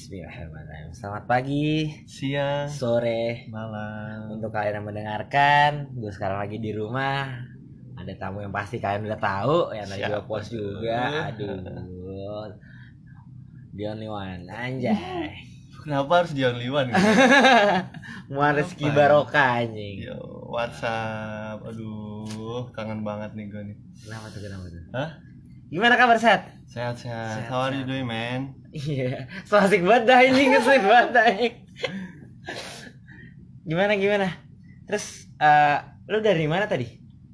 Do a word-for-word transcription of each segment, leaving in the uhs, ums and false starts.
Bismillahirrahmanirrahim. Selamat pagi, siang, sore, malam. untuk kalian yang mendengarkan. Gue sekarang lagi di rumah. Ada tamu yang pasti kalian udah tahu, yang tadi gue post juga. Aduh, the only one, anjay. Kenapa harus di only one? Gitu? Muan rezeki barokah anjing. Yo, WhatsApp. Aduh, kangen banget nih gue nih. Kenapa tuh, kenapa tuh? Hah? Gimana kabar, Sat? Sehat-sehat. How are you doing, man? Iya, so asik banget dah anjing, ngeselin banget dah anjing. Gimana gimana? Terus uh, lu dari mana tadi?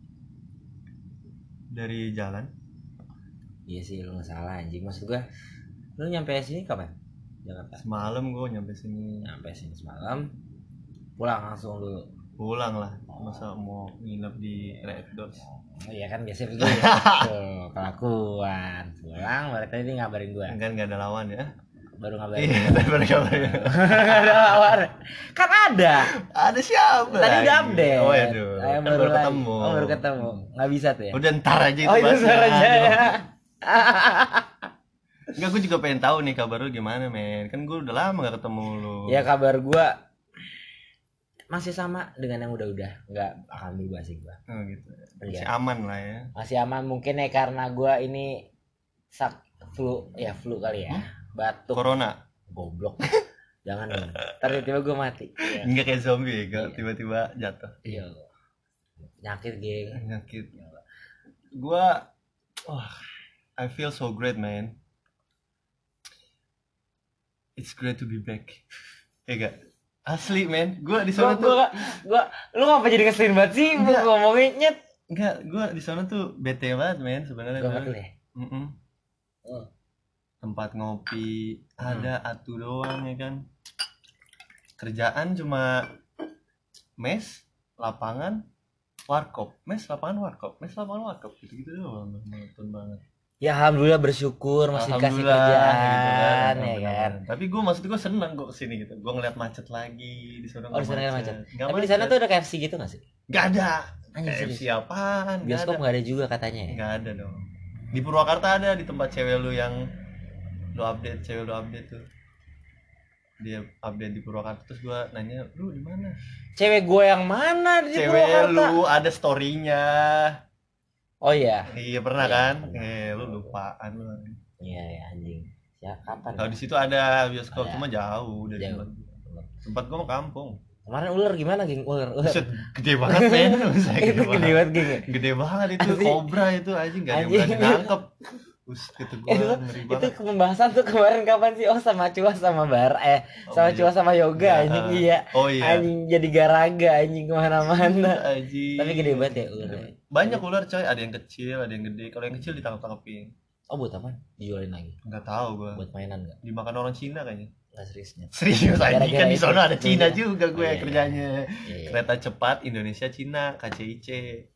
Dari jalan. Iya sih, lu nggak salah anjing. Maksud gua, lu nyampe sini kapan? Jakarta. Semalam gue nyampe sini. Nyampe sini semalam. Pulang langsung dulu. Pulang lah. Masa mau nginep di Red Doors? Oh iya kan biasa begitu. Tuh, kelakuan. Pulang, balik tadi ngabarin gua. Kan nggak ada lawan ya? Baru ngabarin. Iya, tapi baru ngabarin. Nggak ada lawan. Kan ada. Ada siapa? Tadi lagi? udah update. Oh ya tuh. Kan Kan baru, baru lagi. ketemu. Oh baru ketemu. Nggak bisa tuh ya? Udah ntar aja itu. Oh itu ntar aja ya. Enggak, gue juga pengen tahu nih kabar lu gimana, men. Kan gue udah lama gak ketemu lu. Ya kabar gua masih sama dengan yang udah-udah, nggak akan berubah sih gua. Oh gitu. Masih Iya. aman lah ya. Masih aman mungkin ya karena gua ini sak flu ya flu kali ya. Batuk. Corona. Goblok. Jangan dong. Ntar tiba-tiba gua mati. Iya. Enggak kayak zombie ya, Iya. tiba-tiba jatuh. Iya. Nyakit geng. Penyakit. Gua wah, I feel so great, man. It's great to be back. Ya gak? Asli, men. Gua di Gua, sana tuh gua, gua, lu ngapa jadi ngeselin banget sih? Gua Enggak. ngomongin nyet. enggak, gua di sana tuh bete banget, men, sebenarnya. Gua tuh. ngerti deh. Mm-mm. Hmm. Tempat ngopi Hmm. ada atu doang ya kan. Kerjaan cuma mes, lapangan, warkop. Mes, lapangan, warkop. Mes, lapangan, warkop. Gitu-gitu doang. Monoton banget. Ya alhamdulillah bersyukur masih dikasih Alhamdulillah, kerjaan gitu ya benar-benar. kan. Tapi gue maksud gue seneng kok kesini gitu. Gue ngeliat macet lagi di sana. Oh di sana nggak macet. Nggak Tapi di sana tuh ada K F C gitu nggak sih? nggak ada. Anjing K F serius. C apaan? Nggak Bioskop ada. nggak ada juga katanya ya. Nggak ada dong. Di Purwakarta ada, di tempat cewek lu yang lu update, cewek lu update tuh. Dia update di Purwakarta, terus gue nanya, lu di mana? Cewek gue yang mana di Cewek Purwakarta? lu ada story-nya. Oh iya. Iya pernah Iya, kan? pernah. Eh lu lupaan lu. Iya ya anjing. Ya kapan? Kalau ya? di situ ada bioskop, Ada. cuma jauh dari Jauh. tempat. Tempat gue mau kampung. Kemarin ular gimana geng? Ular. Ular. Buset, gede banget men. Buset, Itu gede banget geng. ya? Gede banget itu Anjing. kobra itu anjing gak ada yang Anjing. berani nangkep. Us kata gua Itu, ngeri itu banget. pembahasan tuh kemarin kapan sih? Oh sama Cua sama Bar eh Oh, sama iya. Cua sama Yoga Ya, anjing uh, iya. Oh iya. Anjing jadi garaga anjing kemana-mana. Anjing. Tapi gede banget ya ular. Banyak ular coy, ada yang kecil, ada yang gede. Kalau yang kecil ditangkap-tangkepin. Oh buat apa? Dijualin lagi? Enggak tahu gua. Buat mainan nggak? Dimakan orang Cina kayaknya. Nggak seriusnya. Serius anjing Gara-gara kan di itu. sana ada Cina Iya. juga gue Oh, iya, kerjanya. Iya, iya. Kereta cepat Indonesia Cina, K C I C.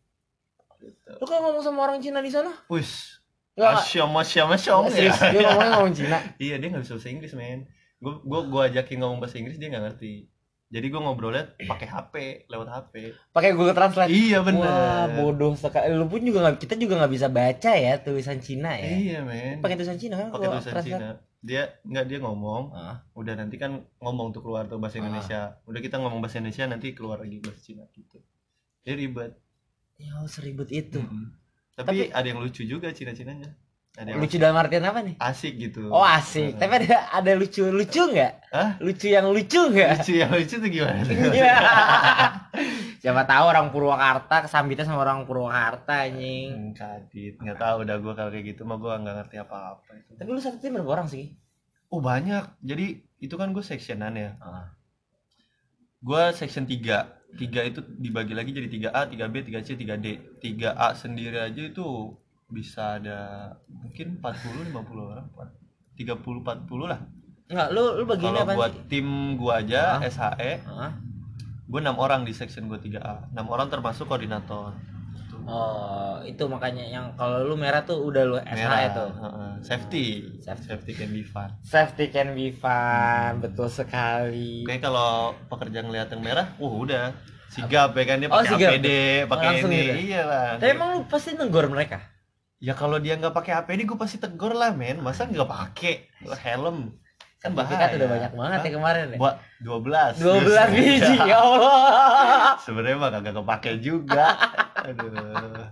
Gitu. Lu kan ngomong sama orang Cina di sana? Wis. Nggak, Asyam asyam asyam nggak serius. ya. Dia ngomongnya ngomong Cina. Iya dia nggak bisa bahasa Inggris men. Gue gue gue ajakin ngomong bahasa Inggris dia nggak ngerti. Jadi gue ngobrolnya pakai H P, lewat H P. Pakai Google Translate. Iya Wah benar. bodoh sekali. Lu pun juga nggak, kita juga nggak bisa baca ya tulisan Cina ya. Iya men. Pakai tulisan Cina kan? Pakai kalau tulisan translate? Cina. Dia nggak dia ngomong. Ah. Udah nanti kan ngomong tuh keluar tuh bahasa Ah. Indonesia. Udah kita ngomong bahasa Indonesia nanti keluar lagi bahasa Cina gitu. Dia ribet. Ya seribut itu. Mm-mm. Tapi, ada yang lucu juga Cina-Cinanya. Ada yang Lucu dalam artian apa nih? asik gitu. Oh asik. Heeh. Tapi ada ada lucu lucu nggak? Hah? Lucu yang lucu nggak? Lucu yang lucu tuh gimana? Iya. Siapa tahu orang Purwakarta kesambitnya sama orang Purwakarta anjing. Hmm, Kadit, nggak tahu udah gue kalau kayak gitu mah gue nggak ngerti apa-apa itu. Tapi lu satu tim berapa orang sih? Oh banyak, jadi itu kan gue sectionan ya. Ah. Gue section tiga, tiga itu dibagi lagi jadi tiga A, tiga B, tiga C, tiga D. tiga A sendiri aja itu bisa ada mungkin empat puluh lima puluh orang, tiga puluh empat puluh lah. Enggak, lu lu bagian Kalau apa buat sih? tim gue aja Ah. S H E, Ah. gue enam orang di section gue tiga A, enam orang termasuk koordinator. Oh, itu makanya yang kalau lu merah tuh udah lu S H E Merah, tuh. heeh. Safety, Safety. safety can be fun. Safety can be fun, betul sekali. Kayak kalau pekerja ngeliat yang merah, wah udah sigap ya kan dia Oh, pakai sigap. A P D, pakai Langsung ini, gitu. iya lah. Tapi emang lu pasti nenggor mereka. Ya kalau dia nggak pakai A P D, gue pasti tegur lah men. Masa nggak pakai helm? Kan Sertifikat bahaya. udah banyak banget ya kemarin ya. Buat dua belas. dua belas biji ya Allah. Sebenarnya mah kagak kepake juga. Aduh.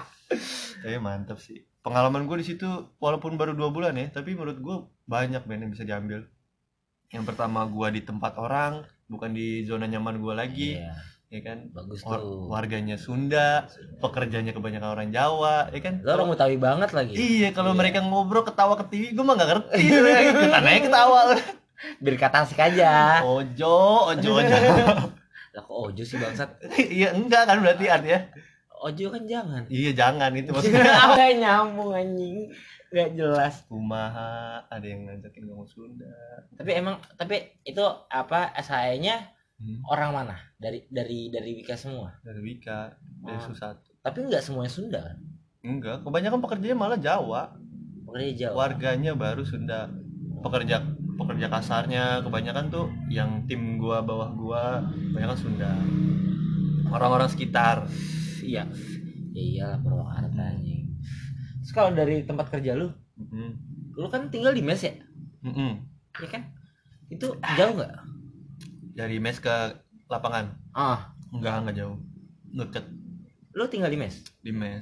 Tapi mantap sih. Pengalaman gue di situ walaupun baru dua bulan ya, tapi menurut gue banyak men yang bisa diambil. Yang pertama gue di tempat orang, bukan di zona nyaman gue lagi. Iya. Ya kan, Bagus War- tuh. warganya Sunda, pekerjanya kebanyakan orang Jawa, ya kan. Lo orang Betawi banget lagi. Iya, kalau mereka ngobrol ketawa ke T V, gue mah nggak ngerti. Ikutan aja ketawa. Biar kata asik aja. Ojo, ojo, ojo. Lah kok ojo sih bangsat? Iya enggak kan berarti artinya. Ojo kan jangan. Iya jangan itu maksudnya. Apa nyambung anjing? Gak jelas. Kumaha, ada yang ngajakin ngomong Sunda. Tapi emang tapi itu apa S H E-nya Hmm. orang mana? Dari dari dari Wika semua. Dari Wika, dari Oh. Susatu. Tapi nggak semuanya Sunda kan? Enggak, kebanyakan pekerjanya malah Jawa. Pekerja Jawa. Warganya baru Sunda. Pekerja pekerja kasarnya kebanyakan tuh yang tim gua bawah gua kebanyakan Sunda. Orang-orang sekitar. Iya. Ya iyalah Purwakarta anjing. Terus kalau dari tempat kerja lu, Mm-mm. lu kan tinggal di mes ya? Mm-mm. Iya kan? Itu jauh nggak? Dari mes ke lapangan. Ah, Enggak, enggak jauh. Deket lu tinggal di mes? di mes.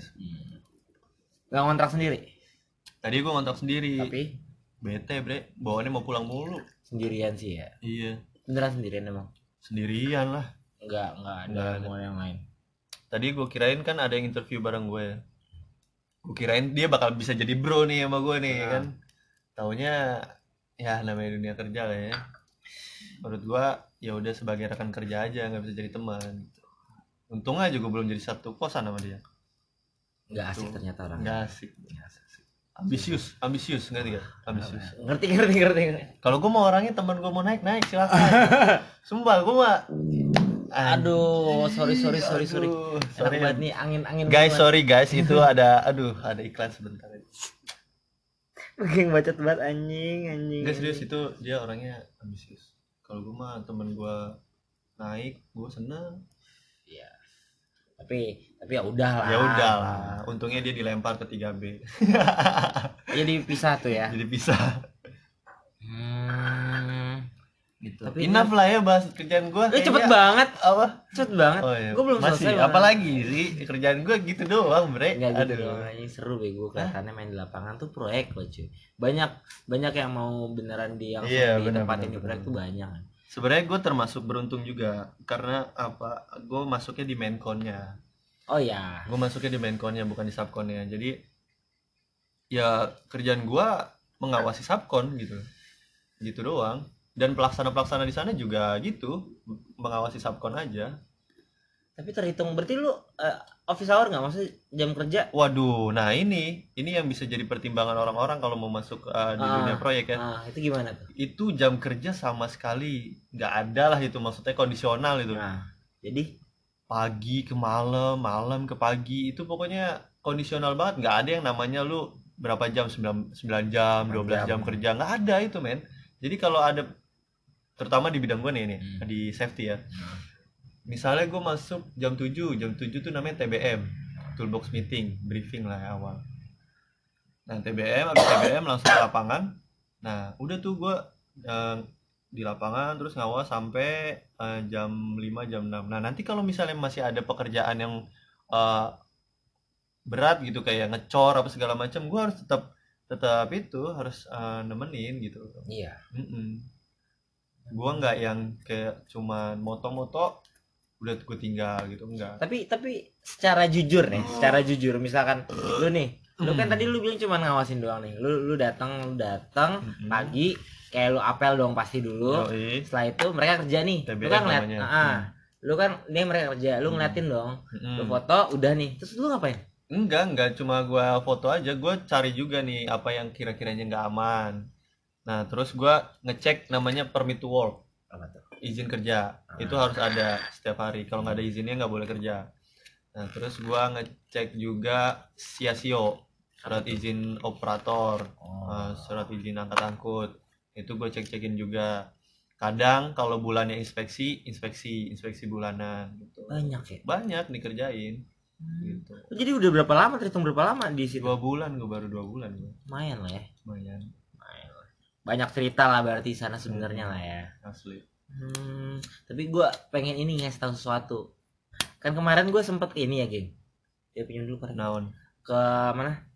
Nggak ngontrak sendiri? Tadi gua ngontrak sendiri. Tapi Bete, bre. Bawaannya mau pulang mulu. sendirian sih ya. Iya, Beneran sendirian emang? sendirian lah. Enggak, enggak ada Nggak ada. mau yang lain. Tadi gue kirain kan ada yang interview bareng gue. Gue kirain dia bakal bisa jadi bro nih sama gue nih Nah. kan. Taunya ya namanya dunia kerja lah ya. Menurut gue ya udah sebagai rekan kerja aja, nggak bisa jadi teman. Untung aja gue belum jadi satu kosan sama dia. Enggak asik Tuh. ternyata orang. Nggak asik. Ambisius, ambisius ngerti gak? Ambisius. Ngerti, ngerti, ngerti. ngerti. Kalau gue mau orangnya teman gue mau naik naik silakan. Sumpah gue mah. Aduh, sorry, sorry, sorry, sorry. Aduh, Enak sorry. banget nih angin-angin. Guys, sorry guys, itu ada aduh, ada iklan sebentar. Makin bacot banget anjing, anjing. Enggak serius, itu dia orangnya ambisius. Kalau gue mah temen gue naik, gue seneng. Iya. Tapi tapi ya udah lah. Ya udahlah, untungnya dia dilempar ke tiga B. Jadi pisah tuh ya. Jadi pisah. Hmm. Gitu. Tapi Enough lah ya bahas kerjaan gue. Lu cepet banget. Apa? Cepet banget. Oh iya. Gue belum Masih, selesai. apalagi sih kerjaan gue gitu doang, bre. Enggak gitu Aduh. doang, anjing seru bego kelihatannya main di lapangan tuh proyek loh cuy. Banyak banyak yang mau beneran di yang Iya, di benar, tempatin benar, di proyek benar. tuh banyak. Sebenarnya gue termasuk beruntung juga karena apa? Gue masuknya di mainconnya. Oh ya. Gue masuknya di mainconnya bukan di subconnya. Jadi ya kerjaan gue mengawasi subcon gitu, gitu doang. Dan pelaksana-pelaksana di sana juga gitu, mengawasi subcon aja. Tapi terhitung berarti lu eh, office hour nggak maksudnya jam kerja? Waduh, nah ini ini yang bisa jadi pertimbangan orang-orang kalau mau masuk uh, di Ah, dunia proyek ya. Nah, itu gimana tuh? Itu jam kerja sama sekali nggak ada lah, itu maksudnya kondisional itu. Nah, jadi Pagi ke malam, malam ke pagi, itu pokoknya kondisional banget. Nggak ada yang namanya lu berapa jam, sembilan, sembilan jam, dua belas jam kerja, nggak ada itu men. Jadi kalau ada, terutama di bidang gue nih, nih Hmm. di safety ya, misalnya gue masuk jam tujuh, jam tujuh tuh namanya T B M, toolbox meeting, briefing lah ya awal. Nah T B M, abis T B M langsung ke lapangan. Nah udah tuh gue eh, di lapangan terus ngawas sampai eh, jam lima, jam enam. Nah nanti kalau misalnya masih ada pekerjaan yang eh, berat gitu kayak ngecor apa segala macam, gue harus tetap tetap itu harus eh, nemenin gitu. iya. Mm-mm. Gue nggak yang kayak cuman moto-moto udah gue tinggal gitu, enggak. Tapi tapi secara jujur nih, secara jujur misalkan lu nih, lu kan Hmm. tadi lu bilang cuma ngawasin doang nih. Lu lu datang, lu datang Mm-mm. pagi kayak lu apel dong pasti dulu. Yoi. Setelah itu mereka kerja nih. T B Lu M kan ngeliat, namanya. ah, ah. Lu kan dia mereka kerja, lu ngeliatin dong. Mm-mm. Lu foto udah nih. Terus lu ngapain? Enggak, enggak cuma gua foto aja, gua cari juga nih apa yang kira-kiranya nggak aman. Nah, terus gua ngecek namanya permit to work, Apa tuh? izin kerja. Itu harus ada setiap hari. Kalau nggak ada izinnya nggak boleh kerja. Nah, terus gua ngecek juga S I A S I O, surat izin operator, Oh. eh, surat izin angkat-angkut. Itu gue cek-cekin juga. Kadang kalau bulannya inspeksi, inspeksi, inspeksi bulanan gitu. Banyak ya. Banyak dikerjain gitu. Jadi udah berapa lama terhitung berapa lama di situ? Dua bulan gue baru dua bulan gue. Lumayan lah ya. Lumayan. Lumayan lah. banyak cerita lah berarti sana sebenarnya lah ya. Asli. Hmm, tapi gue pengen ini ngasih tahu sesuatu. Kan kemarin gue sempet ini ya, geng. Dia pinjam dulu korek. Naon? Ke mana?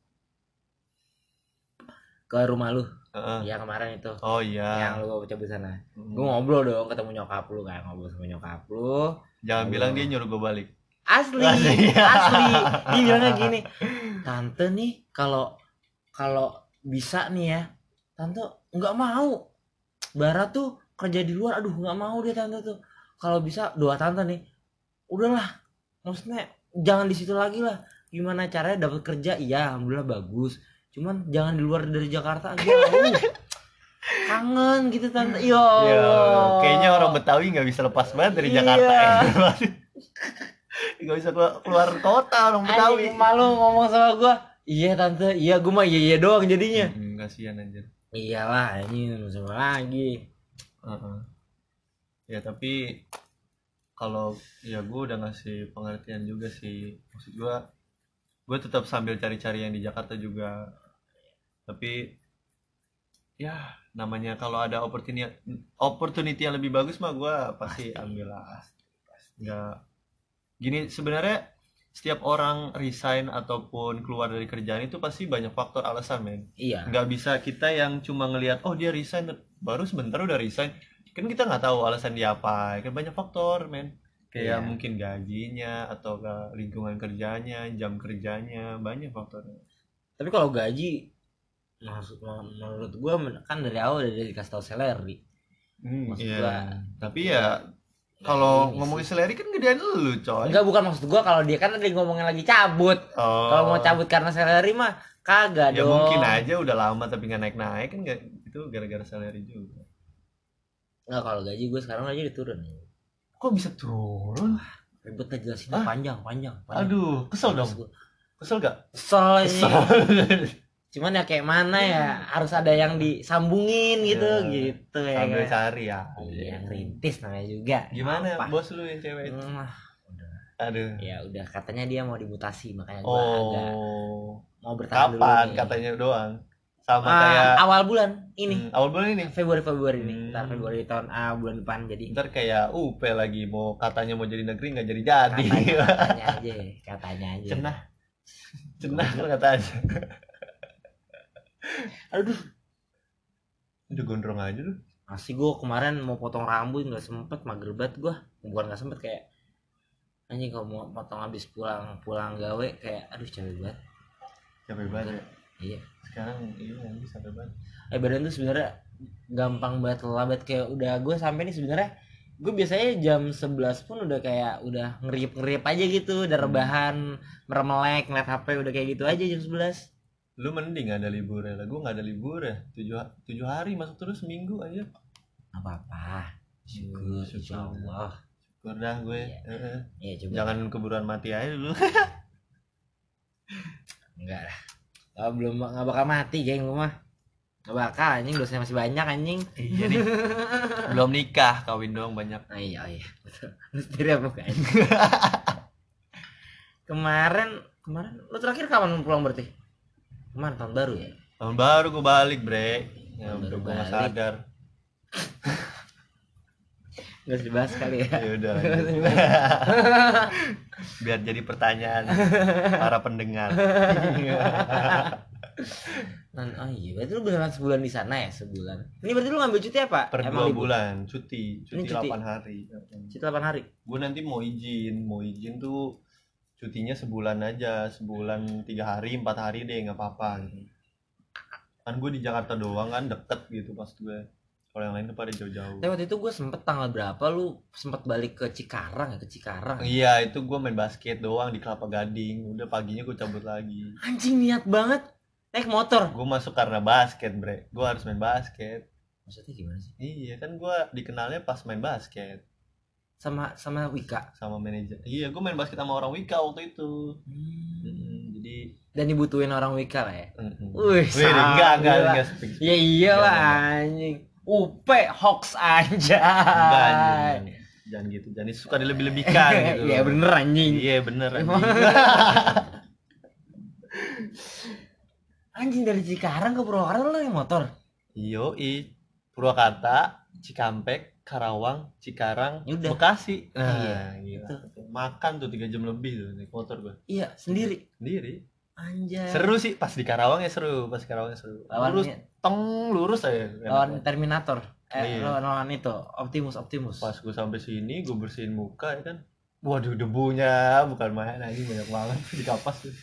Ke rumah lu. Uh-uh. Ya kemarin itu. Oh iya. Yang lu cabut sana. Hmm. Gue ngobrol dong ketemu nyokap lu kan, ngobrol sama nyokap lu. Jangan Lalu, bilang dia nyuruh gue balik. Asli, asli. Dia bilangnya gini, tante nih kalau kalau bisa nih ya, tante nggak mau. Bara tuh kerja di luar, aduh nggak mau dia tante tuh. Kalau bisa doa tante nih, udahlah, maksudnya jangan di situ lagi lah. Gimana caranya dapat kerja? Iya, alhamdulillah bagus. Cuman jangan di luar dari Jakarta jauh. Kangen gitu tante. Yo. Yo, kayaknya orang Betawi nggak bisa lepas banget dari Jakarta. Iya. Ya. Gak bisa keluar, keluar kota orang Betawi. Anjing, malu ngomong sama gua. Iya tante, iya gua mah iya iya doang jadinya. Hmm, kasihan anjir. Iyalah, ini sama lagi. Uh-uh. Ya tapi kalau ya gue udah ngasih pengertian juga sih. Maksud gue, gue tetap sambil cari-cari yang di Jakarta juga. Tapi ya namanya kalau ada opportunity opportunity yang lebih bagus mah gue pasti ambil lah. Nggak gini, sebenarnya setiap orang resign ataupun keluar dari kerjaan itu pasti banyak faktor alasan, men. Iya. Nggak bisa kita yang cuma ngelihat oh dia resign baru sebentar udah resign, kan kita nggak tahu alasan dia apa. Kan banyak faktor, men. Kayak Iya. mungkin gajinya atau ke lingkungan kerjanya, jam kerjanya, banyak faktornya. Tapi kalau gaji maksud menurut gua kan dari awal udah dikasih tahu salary. Hmm, Maksud iya. gua, Tapi ya kalau ini ngomongin sih. salary kan gedean lu, coy. Enggak, bukan maksud gua kalau dia kan tadi ngomongin lagi cabut. Oh. Kalau mau cabut karena salary mah kagak Ya dong. mungkin aja udah lama tapi nggak naik-naik kan, nggak, itu gara-gara salary juga. Enggak, kalau gaji gua sekarang aja diturun. Kok bisa turun? Ribet aja jelasinnya, Hah? panjang, panjang, panjang. Aduh, kesel dong. Gua. Kesel gak? Kesel ini. Cuman ya kayak mana ya, harus ada yang disambungin gitu, Ya, gitu ya. sambil kan? cari ya. Iya, ngerintis namanya juga. Gimana Apa? bos lu yang cewek itu? Hmm, udah. Aduh. Ya udah, katanya dia mau dimutasi, makanya gua agak Oh. mau bertahan dulu Kapan nih. katanya doang? Sama Ah, kayak awal bulan ini. Hmm, awal bulan ini. Februari Februari ini. Hmm. Ntar Februari tahun A bulan depan jadi. Ntar kayak U P lagi mau katanya mau jadi negeri nggak jadi jadi. Katanya, katanya aja, katanya aja. Cenah. Cenah lu katanya. Aduh, Udah gondrong aja lu. masih gua kemarin mau potong rambut nggak sempet, mager banget gua. Bukan nggak sempet, kayak anjing kalau mau potong habis pulang pulang gawe kayak aduh capek banget. Capek banget. Ya. Iya. Sekarang iya nanti sampai banget. Eh badan tuh sebenarnya gampang banget lelah banget, kayak udah gue sampai nih sebenarnya gue biasanya jam sebelas pun udah kayak udah ngerip-ngerip aja gitu, udah rebahan, meremelek, ngeliat H P udah kayak gitu aja jam sebelas. Lu mending ada libur ya lah, gue nggak ada libur ya, tujuh tujuh hari masuk terus seminggu aja. Gak apa-apa, syukur, Hmm, syukur. insya Allah. Syukur dah gue. Iya. Heeh. Iya coba. Jangan keburuan mati aja dulu. Enggak lah, oh, belum, nggak bakal mati geng lu mah, nggak bakal anjing, dosanya masih banyak anjing. Iya nih. Belum nikah, kawin doang banyak. Nah, iya iya betul. Lu sendiri apa kan? kemarin kemarin lu terakhir kapan pulang berarti? Kemarin tahun baru ya? Tahun baru gue balik, bre. Ya, Tahun baru gue nggak balik. sadar. Nggak usah dibahas kali ya. Ya udah. lanjut. Biar jadi pertanyaan para pendengar. Nah, oh iya, berarti lu beneran sebulan di sana ya, sebulan. Ini berarti lu ngambil cuti apa? Per Emang dua libur? bulan, cuti, Ini cuti cuti. delapan hari. Cuti delapan hari. Gue nanti mau izin, mau izin tuh cutinya sebulan aja, sebulan tiga hari, empat hari deh, nggak apa-apa. Kan gue di Jakarta doang kan, deket gitu pas gue. Kalau yang lain tuh pada jauh-jauh. Tapi waktu itu gue sempet tanggal berapa lu sempet balik ke Cikarang ya, ke Cikarang. Iya, itu gue main basket doang di Kelapa Gading. Udah paginya gue cabut lagi. Anjing, niat banget. Naik motor. Gue masuk karena basket, bre. Gue harus main basket. Maksudnya gimana sih? Iya, kan gue dikenalnya pas main basket Sama sama Wika. sama manajer. Iya, gue main basket sama orang Wika waktu itu. Hmm. Hmm, jadi Dan dibutuhin orang Wika lah ya. mm-mm. Wih, Wih, enggak, enggak, gila. enggak speak. Ya iyalah Enggak, anjing. U P Hoax aja. Enggak, anjing. Jangan gitu. Jangan suka dilebih-lebihkan gitu. Iya bener anjing. Iya, bener anjing. Anjing dari Cikarang ke Purwakarta lu naik motor. Yoi, Purwakarta, Cikampek, Karawang, Cikarang, Ya udah. Bekasi. Iya, Nah, gila. Makan tuh tiga jam lebih tuh naik motor gua. Iya, sendiri. Sendiri. Anjay. Seru sih pas di Karawang ya seru, pas di Karawang ya seru. Lurus, Lawannya tong lurus aja. lawan Terminator. Eh, Iya. lawan, lawan itu Optimus Optimus. Pas gua sampai sini, gua bersihin muka ya kan. Waduh, debunya bukan main lagi, banyak banget di kapas tuh.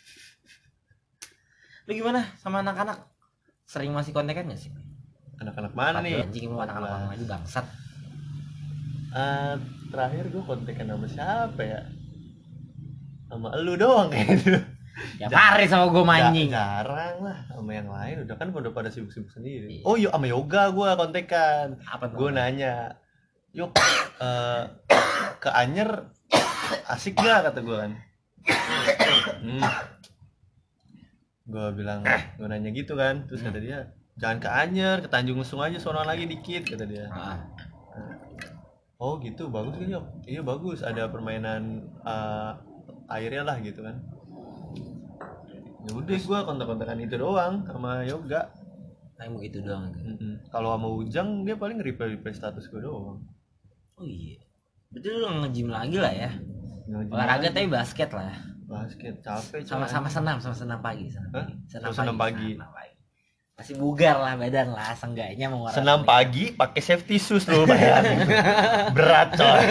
Lu gimana sama anak-anak? Sering masih kontekan gak sih? Anak-anak mana nih? Anjing mau anak-anak orang lagi bangsat. Uh, terakhir gue kontekan sama siapa ya? Sama elu doang kayaknya. Ya pare sama gue anjing. Jarang lah, sama yang lain udah kan udah pada sibuk-sibuk sendiri. Iya. Oh iya, sama yoga gue kontekan. Apa tuh? Gue nanya, yuk uh, ke Anyer asik gak kata gue kan. hmm. Gue bilang, gue nanya gitu kan, terus kata dia, jangan ke Anyer, ke Tanjung Lesung aja, sono lagi dikit kata dia. Ah. Oh gitu, bagus kan Yok? Iya bagus, ada permainan uh, airnya lah gitu kan. Ya udah gue kontak-kontakan itu doang sama yoga. Kayak begitu doang. Mm-mm. Kalau sama Ujang dia paling reply-reply status gue doang. Oh iya. Betul lu nge-gym lagi lah ya. Nge-gym Olahraga lagi. tapi basket lah. Basket capek. Sama-sama senam, sama senam pagi, senam Hah? pagi. Senam, senam pagi. Senam pagi. Masih bugar lah badan lah, seenggaknya mau senam pagi pakai safety shoes lu bayangin. Berat coy.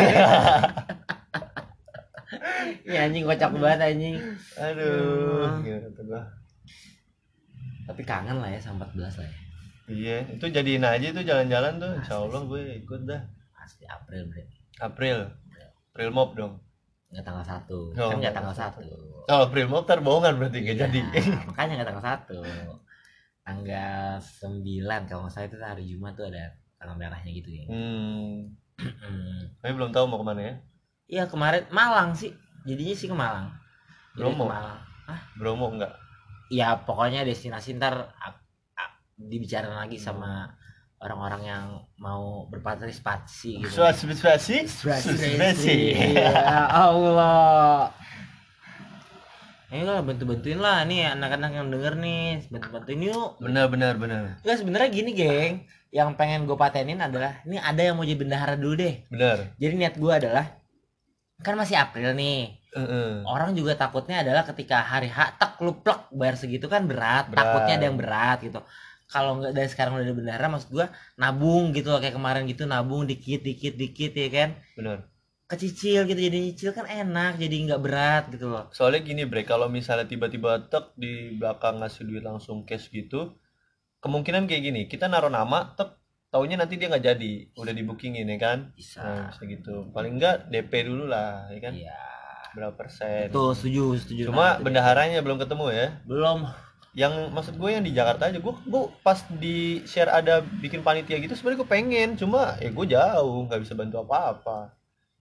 Ya anjing kocak banget anjing. Aduh, gimana tuh gua. Tapi kangen lah ya sama empat belas lah ya. Iya, itu jadiin aja tuh jalan-jalan tuh. Insyaallah gue ikut dah. Pasti April bre. April. April Mop dong. Enggak tanggal satu. Oh, Kan enggak tanggal satu. Kalau April Mop tar bohongan berarti enggak Iya, jadi. makanya enggak tanggal satu. Tanggal sembilan kalau nggak salah itu hari Jumat tuh ada tanggal merahnya gitu ya. Hmm. Tapi belum tahu mau kemana ya? Iya kemarin Malang sih, jadinya sih ke Malang. Jadi Bromo? ke Malang. Hah? Bromo enggak? Ya pokoknya destinasi ntar ap- ap- dibicarain lagi sama orang-orang yang mau berpartisipasi gitu. Partisipasi? Partisipasi. Ya Allah. Ayo lah bantu-bantuin lah nih anak-anak yang denger nih, bantu-bantuin yuk. Benar benar benar. Enggak sebenarnya gini, geng. Yang pengen gue patenin adalah ini ada yang mau jadi bendahara dulu deh. Benar. Jadi niat gue adalah kan masih April nih. Uh-uh. Orang juga takutnya adalah ketika hari H tak lu plek bayar segitu kan berat. Berat. Takutnya ada yang berat gitu. Kalau nggak dari sekarang udah ada bendahara, maksud gue nabung gitu loh, kayak kemarin gitu nabung dikit dikit dikit ya kan. Benar. Kecicil gitu, jadi nyicil kan enak, jadi nggak berat gitu loh. Soalnya gini bre, kalau misalnya tiba-tiba tek di belakang ngasih duit langsung cash gitu, kemungkinan kayak gini, kita naruh nama tek, taunya nanti dia nggak jadi, udah di bookingin ya kan? Bisa. Nah, bisa gitu. Paling nggak D P dulu lah, ya kan? Iya. Berapa persen? Tuh setuju setuju. Cuma banget. bendaharanya belum ketemu ya. Belum. Yang maksud gue yang di Jakarta aja, gue gue pas di share ada bikin panitia gitu, sebenarnya gue pengen, cuma ya gue jauh, nggak bisa bantu apa-apa.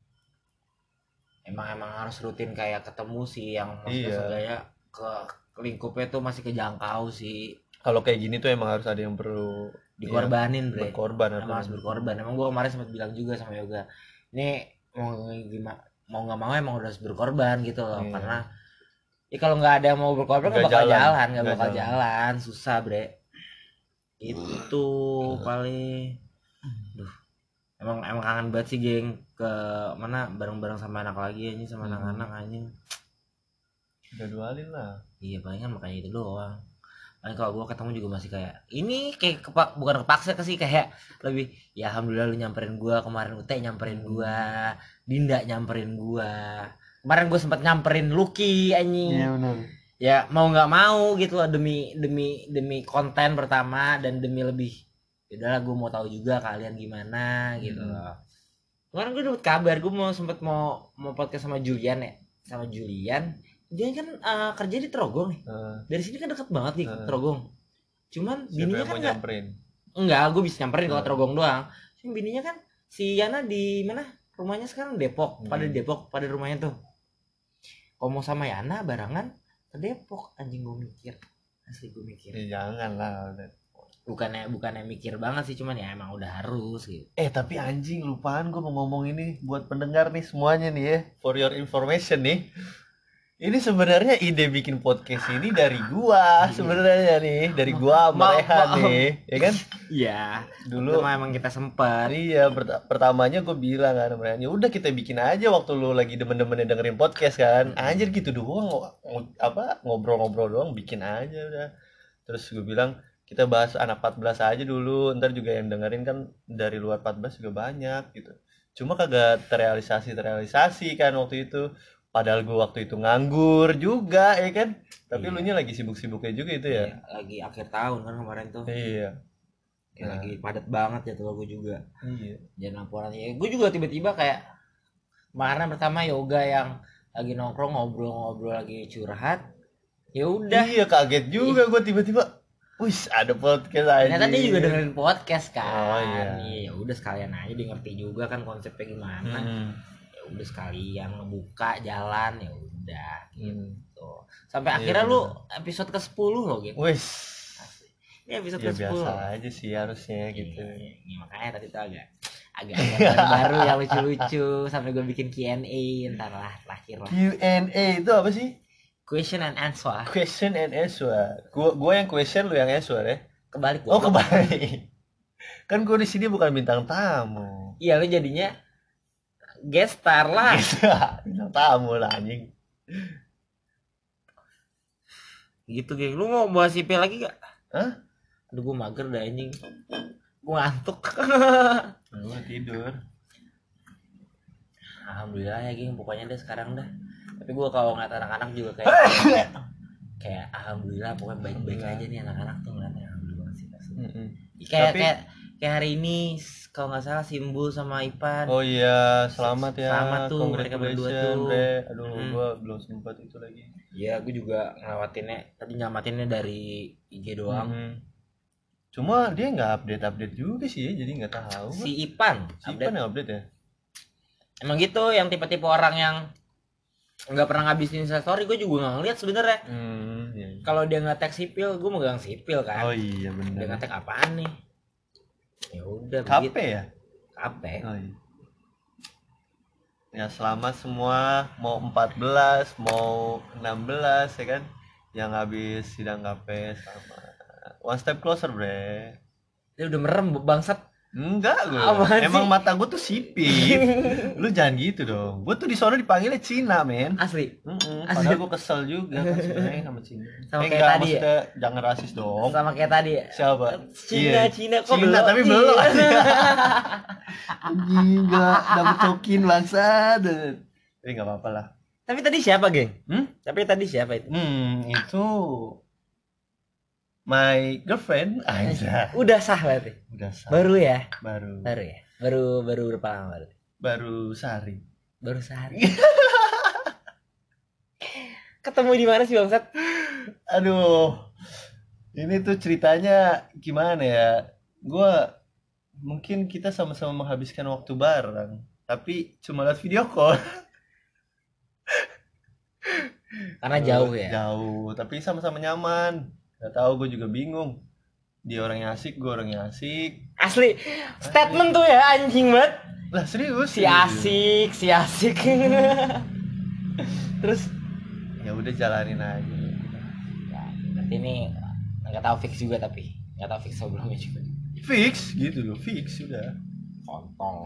Emang emang harus rutin kayak ketemu sih yang maksudnya Iya. seenggaknya ke ke lingkupnya tuh masih kejangkau sih. Kalau kayak gini tuh emang harus ada yang perlu Dikorbanin, Bre. berkorban Emang atau harus berkorban. Emang gua kemarin sempat bilang juga sama Yoga. Ini mau gimana mau nggak mau emang harus berkorban gitu loh. Iya. Karena ya kalau nggak ada yang mau berkorban nggak Nggak bakal jalan. jalan, nggak Nggak bakal jalan. jalan. Susah, Bre. Itu paling Duh. Emang emang kangen banget sih, geng, ke mana bareng-bareng sama anak lagi anjing, sama Hmm. anak-anak anjing. jadwalin lah. Iya paling kan makanya itu doang. Paling kalau gua ketemu juga masih kayak ini kayak kepak bukan kepaksa ke sih, kayak lebih ya alhamdulillah lu nyamperin gua kemarin, Ute nyamperin gua, Dinda nyamperin gua. Kemarin gua sempat nyamperin Lucky anjing. benar. Ya mau nggak mau gitu loh, demi demi demi konten pertama dan demi lebih ya udahlah gua mau tahu juga kalian gimana gitu Hmm. loh. Kemarin gua dapet kabar gua mau sempet mau mau podcast sama Julian ya, sama Julian. Dia kan uh, kerja di Trogong nih. Uh, Dari sini kan dekat banget nih ke Uh. Trogong. Cuman siapa bininya yang kan mau enggak. nyamperin? Enggak, gue bisa nyamperin kalau Uh. Trogong doang. Cuman bininya kan si Yana di mana? Rumahnya sekarang Depok. Hmm. Pada di Depok, pada rumahnya tuh. Kalau mau sama Yana barengan ke Depok, anjing gue mikir. Asli gue mikir. Ya, jangan lah. Bukannya bukannya mikir banget sih, cuman ya emang udah harus gitu. Eh tapi anjing lupaan gue mau ngomong ini buat pendengar nih semuanya nih ya, for your information nih. Ini sebenarnya ide bikin podcast ini dari gua sebenarnya nih, dari gua sama Rehan nih, ya kan? Iya. Dulu Dulu emang kita sempet. iya pert- pertamanya gue bilang kan sama Rehan, ya udah kita bikin aja waktu lu lagi demen-demennya dengerin podcast kan. Anjir gitu doang ngo- ngo- apa ngobrol-ngobrol doang bikin aja udah. Terus gue bilang kita bahas anak empat belas aja dulu, ntar juga yang dengerin kan dari luar empat belas juga banyak gitu. Cuma kagak terrealisasi terrealisasi kan waktu itu. Padahal gue waktu itu nganggur juga ya kan. Tapi Iya. lu nya lagi sibuk-sibuknya juga itu ya. Iya, lagi akhir tahun kan kemarin tuh. Iya. Kayak lagi padat banget ya tuh gue juga. Iya. Dan laporannya. Gue juga tiba-tiba kayak kemarin pertama yoga yang lagi nongkrong ngobrol-ngobrol lagi curhat. Ya udah. Iya kaget juga gue tiba-tiba. Wis ada podcast aja. Ternyata dia juga dengerin podcast kan. Oh, iya. Iya, udah sekalian aja dia ngerti juga kan konsepnya gimana. Hmm. Ya udah sekalian ngebuka jalan ya udah Hmm. gitu. Sampai Iya, akhirnya bener. lu episode ke sepuluh loh gitu. Wis. Ini episode Ya ke sepuluh. biasa aja sih harusnya gitu. Iya, iya, makanya tadi tuh agak agak agak baru yang lucu-lucu sampai gue bikin Q and A ntar lah terakhir lah. Q and A itu apa sih? Question and answer. Question and answer. Gua gua yang question, lu yang answer ya. Kebalik Oh, gua. kebalik. Kan gua di sini bukan bintang tamu. Iya lu jadinya guest star lah. Bintang tamu lah anjing. Gitu geng. Lu mau bahas I P lagi gak? Hah? Aduh gue mager dah anjing. Gue ngantuk. Gua tidur. Alhamdulillah ya geng, pokoknya deh sekarang dah. Tapi gue kalau ngeliat anak-anak juga kayak kayak alhamdulillah pokoknya baik-baik aja nih anak-anak tuh ngeliatnya alhamdulillah sih pasti. Mm-mm. Kayak Tapi- kayak kayak hari ini kalau nggak salah Simbu sama Ipan. Oh iya, selamat ya. Selamat tuh, mereka berdua Congratulations, tuh. Bre. Aduh, Mm. gua belum sempat itu lagi. Iya, gue juga ngelewatinnya tadi nyamatinnya dari I G doang. Mhm. Cuma dia nggak update-update juga sih ya, jadi nggak tahu. Si Ipan, Si update. Ipan yang update ya? Emang gitu yang tipe-tipe orang yang nggak pernah ngabisin story, gue juga nggak ngeliat sebenarnya. Hmm, iya. Kalau dia nggak tag sipil, gue megang sipil kan. Oh iya Dia benar. nggak tag apaan nih? Ya udah K P begitu. ya? K P. Oh iya. Ya selamat semua, mau empat belas, mau enam belas ya kan? Yang habis sidang K P sama one step closer, Bre. Dia udah merem bangsat. Enggak gue. Apaan Emang sih? mata gue tuh sipit. Lu jangan gitu dong. Gue tuh di sono dipanggilnya Cina, men. Asli. Mm-mm, Asli. padahal gue kesel juga kan sebenarnya sama Cina. Sama eh, kayak enggak, tadi ya? maksudnya jangan rasis dong. Sama kayak tadi. Siapa? Cina, Iya. Cina kok Cina belum? tapi Iya. belum. Anjing enggak dapet cokin bangsa. Tapi enggak apa-apa lah. Tapi tadi siapa, geng? Hmm? Tapi tadi siapa itu? Hmm, itu my girlfriend aja. Udah sah berarti. Udah sah. Baru ya? Baru. Baru ya? Baru baru berapa lama baru? Baru sehari. Baru sehari. Ketemu di mana sih bangsat? Aduh. Ini tuh ceritanya gimana ya? Gua mungkin kita sama-sama menghabiskan waktu bareng, tapi cuma lihat video call. Karena jauh ya. Jauh, tapi sama-sama nyaman. Gak tahu, gue juga bingung. Dia orang yang asik, gue orang yang asik. Asli statement tuh ya anjing banget. Lah serius? Si asik, si asik. Terus Ya udah jalanin aja. ya, berarti ini nggak tahu fix juga tapi nggak tahu fix sebelumnya juga. Fix gitu loh, fix sudah. Kontol.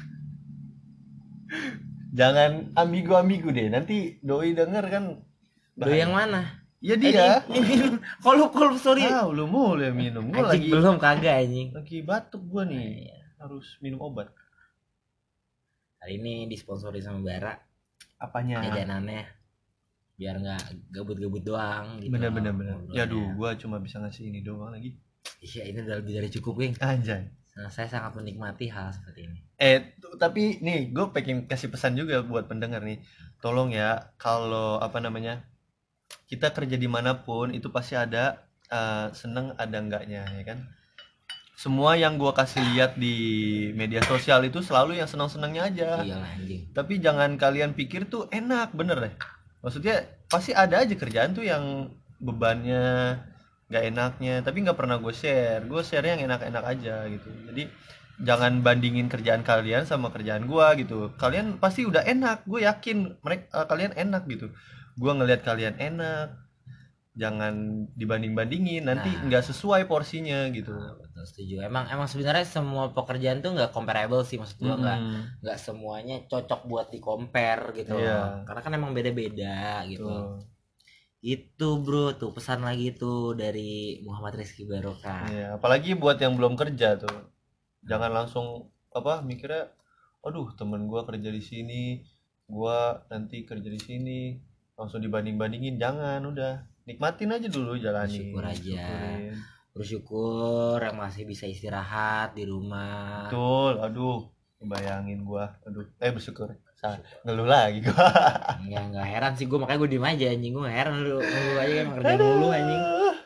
Jangan ambigu-ambigu deh. Nanti doi denger kan. Doi yang mana? Ya Eh, dia. ini, ini minum. Kolup kolup sorry. Ah, lu mulu yang minum. Gue Anjing lagi belum kagak anjing. lagi batuk gue nih. Harus minum obat. Hari ini disponsori sama Bara Apanya? jajanannya biar nggak gabut-gabut doang gitu. Bener bener bener. ngobrolnya. Ya aduh, gue cuma bisa ngasih ini doang lagi. Iya ini udah lebih dari cukup geng. Anjay. Nah, saya sangat menikmati hal seperti ini. Eh, t- tapi nih gue pengen kasih pesan juga buat pendengar nih. Tolong ya, kalau apa namanya, kita kerja dimanapun itu pasti ada eh, seneng ada enggaknya ya kan. Semua yang gue kasih lihat di media sosial itu selalu yang senang-senangnya aja. Iya lah anjing. Tapi jangan kalian pikir tuh enak, bener deh. Maksudnya pasti ada aja kerjaan tuh yang bebannya nggak enaknya, tapi nggak pernah gue share. Gue share yang enak-enak aja gitu. Jadi jangan bandingin kerjaan kalian sama kerjaan gue gitu. Kalian pasti udah enak, gue yakin mereka kalian enak gitu. gue ngelihat kalian enak, jangan dibanding-bandingin, nanti Nah. nggak sesuai porsinya gitu. Nah, betul, setuju. Emang emang sebenarnya semua pekerjaan tuh nggak comparable sih, maksud gua nggak Mm-mm. nggak semuanya cocok buat di compare gitu Iya. loh. Karena kan emang beda-beda gitu. Tuh. Itu bro tuh pesan lagi tuh dari Muhammad Rizky Barokah. Iya, apalagi buat yang belum kerja tuh, jangan langsung apa mikirnya, aduh temen gua kerja di sini, gua nanti kerja di sini, langsung dibanding-bandingin, jangan, udah nikmatin aja dulu, jalani, Bersyukur aja. syukurin. Bersyukur yang masih bisa istirahat di rumah. Betul, aduh, bayangin gua, aduh, eh bersyukur, Sa- ngeluh lagi gua. Nggak nggak heran sih gue, makanya gue diem aja anjing, gue nggak heran lu lu aja kan kerja mulu anjing. Aduh.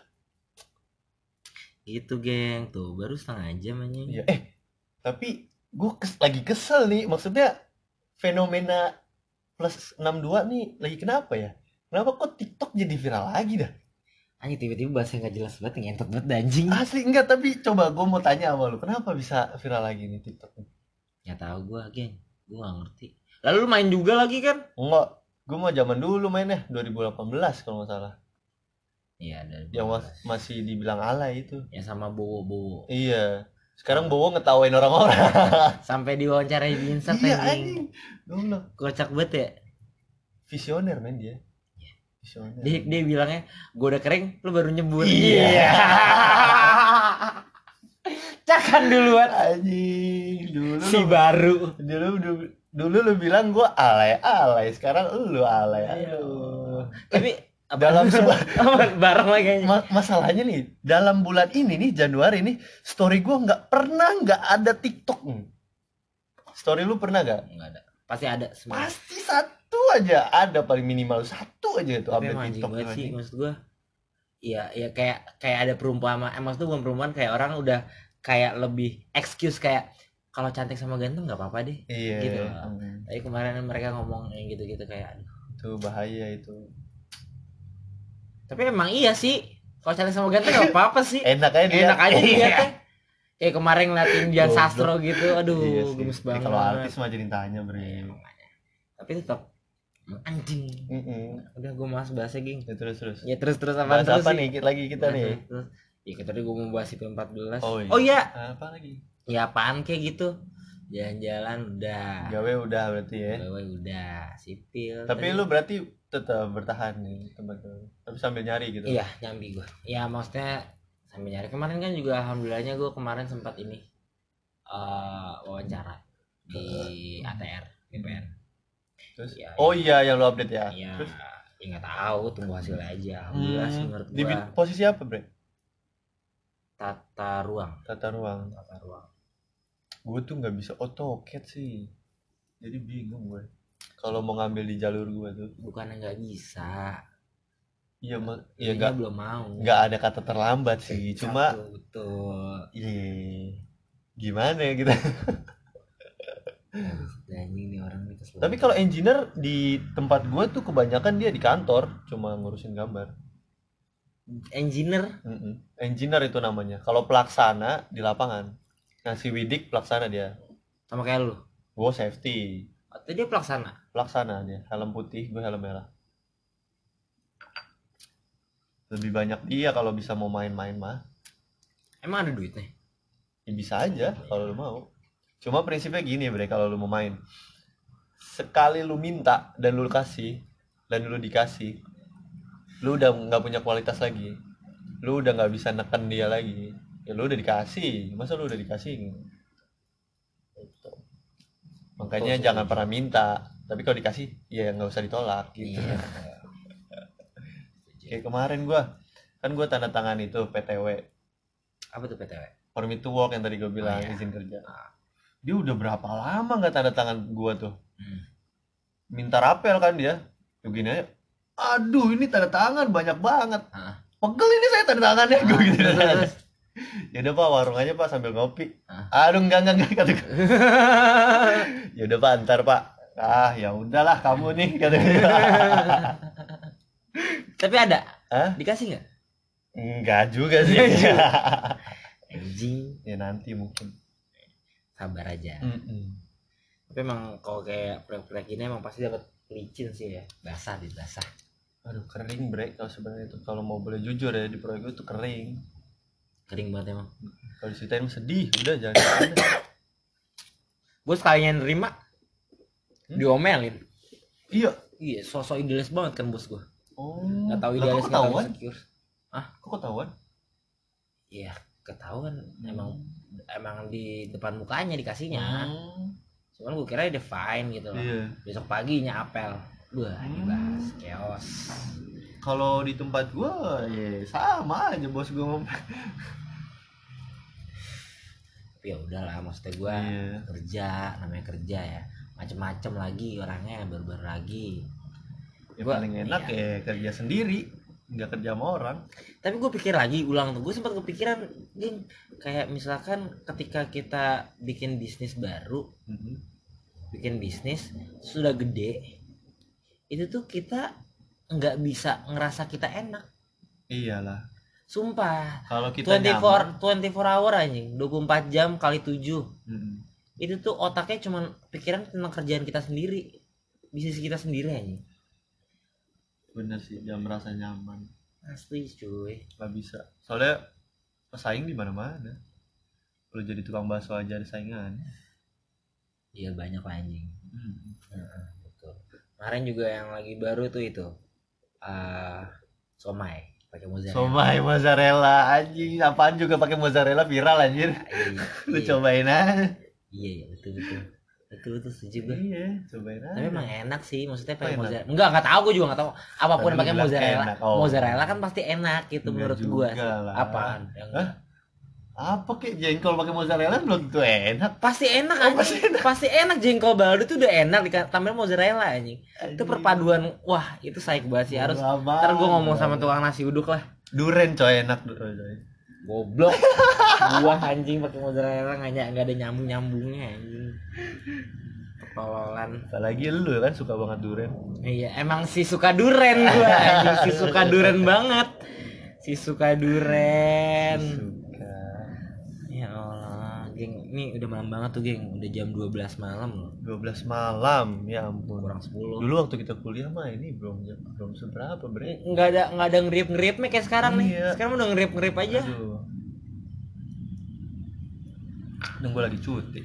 Itu geng tuh baru setengah jam anjing. Iya, eh, tapi gua kes- lagi kesel nih, maksudnya fenomena plus enam dua nih lagi kenapa ya? Kenapa kok TikTok jadi viral lagi dah? Anjing tiba-tiba bahasa nggak jelas banget, ngentot banget dah, anjing. Asli enggak, tapi coba gue mau tanya sama lu, kenapa bisa viral lagi nih TikTok? Nggak tahu gue geng, gue nggak ngerti. Lalu lu main juga lagi kan? Enggak, gue mau zaman dulu mainnya dua ribu delapan belas kalau nggak salah. Iya dari Yang was- masih dibilang alay itu. yang sama Bowo-Bowo. Iya. Sekarang Bowo ngetawain orang-orang. Sampai diwawancarai di Insert Iya anjing. anjing. Goblok. Kocak banget ya. Visioner men dia. Visioner. Dia, dia bilangnya, gue udah kering, lu baru nyebur. Iya. Cakan duluan. Anjing. Dulu Si lu, baru. dulu, dulu, dulu lu bilang gue alay-alay, sekarang lu alay. Aduh. Tapi apa- Dalam sebuah bareng lagi anjing. Ma- masalahnya nih, dalam bulan ini nih, Januari nih, story gue nggak pernah nggak ada TikTok nih. Story lu pernah gak? Nggak ada. Pasti ada semua. Pasti satu aja ada, paling minimal satu aja itu Tapi update emang anjing TikTok. banget sih, Anjing. maksud gue. Iya, ya kayak kayak ada perumpamaan. Eh, maksud gue bukan perumpamaan, kayak orang udah kayak lebih excuse kayak kalau cantik sama ganteng nggak apa-apa deh. Iya. Gitu loh. Hmm. Tapi kemarin mereka ngomong yang gitu-gitu kayak aduh. Itu bahaya itu. Tapi emang iya sih. Kalau cantik sama ganteng nggak apa-apa sih. Enak aja dia. Enak aja Iya. dilihatnya. Kayak kemarin ngeliatin Dian Goblok. Sastro gitu. Aduh, Iya sih. gemes Ya, banget. kalau artis mah jadi tanya, Bre. Iya, makanya. Tapi tetap anjing. Mm-mm. Udah gue mas bahasnya geng. Ya, terus terus. Ya terus terus apa Bahas terus apa sih? nih kita lagi kita Nah, nih? terus, terus. Ya kita tadi gue mau bahas itu empat belas. Oh iya. Oh iya. Apa lagi? Ya apaan kayak gitu. Jalan-jalan udah. Gawe udah berarti ya. Gawe udah. Sipil. Tapi Tadi- lu berarti tetap bertahan nih tempat lu. Tapi sambil nyari gitu. Iya nyambi gue. Ya maksudnya sambil nyari. Kemarin kan juga alhamdulillahnya gue kemarin sempat ini eh wawancara di A T R G P N. Terus? Iya, Oh iya yang lu update ya. Iya. Terus Ya nggak tahu, tunggu hasil aja. Alhamdulillah sih hmm, menurut di gue. bid- posisi apa, Bre? Tata ruang. Tata ruang. Tata ruang. Gue tuh nggak bisa AutoCAD sih. Jadi bingung gue. Kalau mau ngambil di jalur gue tuh. Bukannya nggak bisa. Iya, ma- iya Ininya nggak belum mau. nggak ada kata terlambat sih. Cuma Satu, betul. iya gimana ya kita. Anjing nih orang nih kesel. Tapi kalau engineer di tempat gue tuh kebanyakan dia di kantor cuma ngurusin gambar. engineer Mm-mm. Engineer itu namanya. Kalau pelaksana di lapangan. Nah si Widik pelaksana dia. sama kayak lu. Gue safety. Atau dia pelaksana. Pelaksana dia. Helm putih, gue helm merah. Lebih banyak dia kalau bisa mau main-main mah. Emang ada duitnya? Ya bisa aja kalau lu mau. Cuma prinsipnya gini bre, kalau lu mau main. Sekali lu minta dan lu kasih dan lu dikasih, lu udah nggak punya kualitas lagi. Lu udah nggak bisa neken dia lagi. Ya lu udah dikasih, masa lu udah dikasih? Gitu. Makanya Betul, jangan setuju. pernah minta. Tapi kalau dikasih, ya nggak usah ditolak gitu. Iya. Kayak kemarin gua, kan gua tanda tangan itu P T W, Apa tuh P T W? permit to work yang tadi gua bilang, Oh, iya. izin kerja. Ah. Dia udah berapa lama nggak tanda tangan gua tuh? Hmm. Minta rapel kan dia. Begini aja. Aduh, ini tanda tangan banyak banget. Ah. Pegel ini saya tanda tangannya gua gitu. Terus, terus. Ya udah Pak, warung aja Pak sambil ngopi. Ah. Aduh, enggak enggak enggak kata gua. Ya udah Pak, antar Pak. Ah, ya udahlah kamu nih kata gua. Tapi ada? Hah? Dikasih nggak? Enggak juga sih. Anjing. Ya nanti mungkin. Sabar aja. Mm-mm. Tapi emang kalau kayak proyek-proyek ini emang pasti dapat licin sih ya. Basah di basah. Aduh kering bre, kalau sebenarnya itu kalau mau boleh jujur ya di proyek gue tuh kering. Kering banget emang. Kalau diceritain sedih, udah jangan. Gue sekalian nerima hmm? diomelin. Iya. Iya, sosok idealis banget kan bos gue. Oh. Gak tahu idealis nggak tahu secure. Ah, kok ketahuan? Iya, ketahuan. Hmm. Emang emang di depan mukanya dikasihnya. Hmm. Cuman gue kira dia fine gitu loh. Iya. Besok paginya apel. Wah, hmm. dibahas chaos. Kalau di tempat gua ya sama aja bos gua ngomong. Tapi ya udahlah, maksudnya gua yeah. kerja, namanya kerja ya. Macem-macem lagi orangnya, baru-baru lagi. Ya gua, paling enak ya. ya kerja sendiri, nggak kerja sama orang. Tapi gue pikir lagi ulang tuh, gue sempat kepikiran, geng, kayak misalkan ketika kita bikin bisnis baru, mm-hmm. bikin bisnis sudah gede. Itu tuh kita nggak bisa ngerasa kita enak. Iyalah. Sumpah. Kalau kita dua puluh empat, dua puluh empat hour anjing, dua puluh empat jam kali tujuh. Mm-hmm. Itu tuh otaknya cuman pikiran tentang kerjaan kita sendiri, bisnis kita sendiri anjing. Bener sih, jangan merasa nyaman. Asli cuy. Gak bisa. Soalnya pesaing di mana-mana. Kalau jadi tukang bakso aja ada saingan. Iya banyak lah anjing. Hmm. Nah, betul. Kemarin juga yang lagi baru tuh itu uh, somai pakai mozzarella. Somai mozzarella anjing, apaan juga pakai mozzarella viral anjir. Iya, lu iya. Cobain aja. Iya, iya betul betul. Betul betul setuju gue. Iya, cobain aja. Tapi emang enak sih, maksudnya pakai mozzarella. Enggak, enggak tahu gue juga enggak tahu. Apapun yang pakai mozzarella. Oh. Mozzarella kan pasti enak gitu enggak menurut gue. Apaan? Yang Hah? Apa kek jengkol pakai mozzarella belum tentu enak. Pasti enak oh, pasti enak. Pasti enak jengkol balado itu udah enak ditambahin mozzarella anjing. Itu perpaduan wah, itu saik banget sih. Harus ntar gue ngomong sama tukang nasi uduk lah. Duren coy enak duren. Goblok. Buah anjing pakai mozzarella enggak enggak ada nyambung-nyambungnya anjing. Tololan. Apalagi lu kan suka banget duren. Iya, emang si suka duren gua anjing, si suka duren banget. Si suka duren. Si ya Allah, geng, ini udah malam banget tuh geng, udah jam dua belas malam loh. dua belas malam, ya ampun. Kurang sepuluh. Dulu waktu kita kuliah mah ini belum belum seberapa bre. Enggak ada enggak ada ngerip-ngeripnya kayak sekarang iya. nih. Sekarang udah ngerip-ngerip aja. Aduh. Dan gue lagi cuti.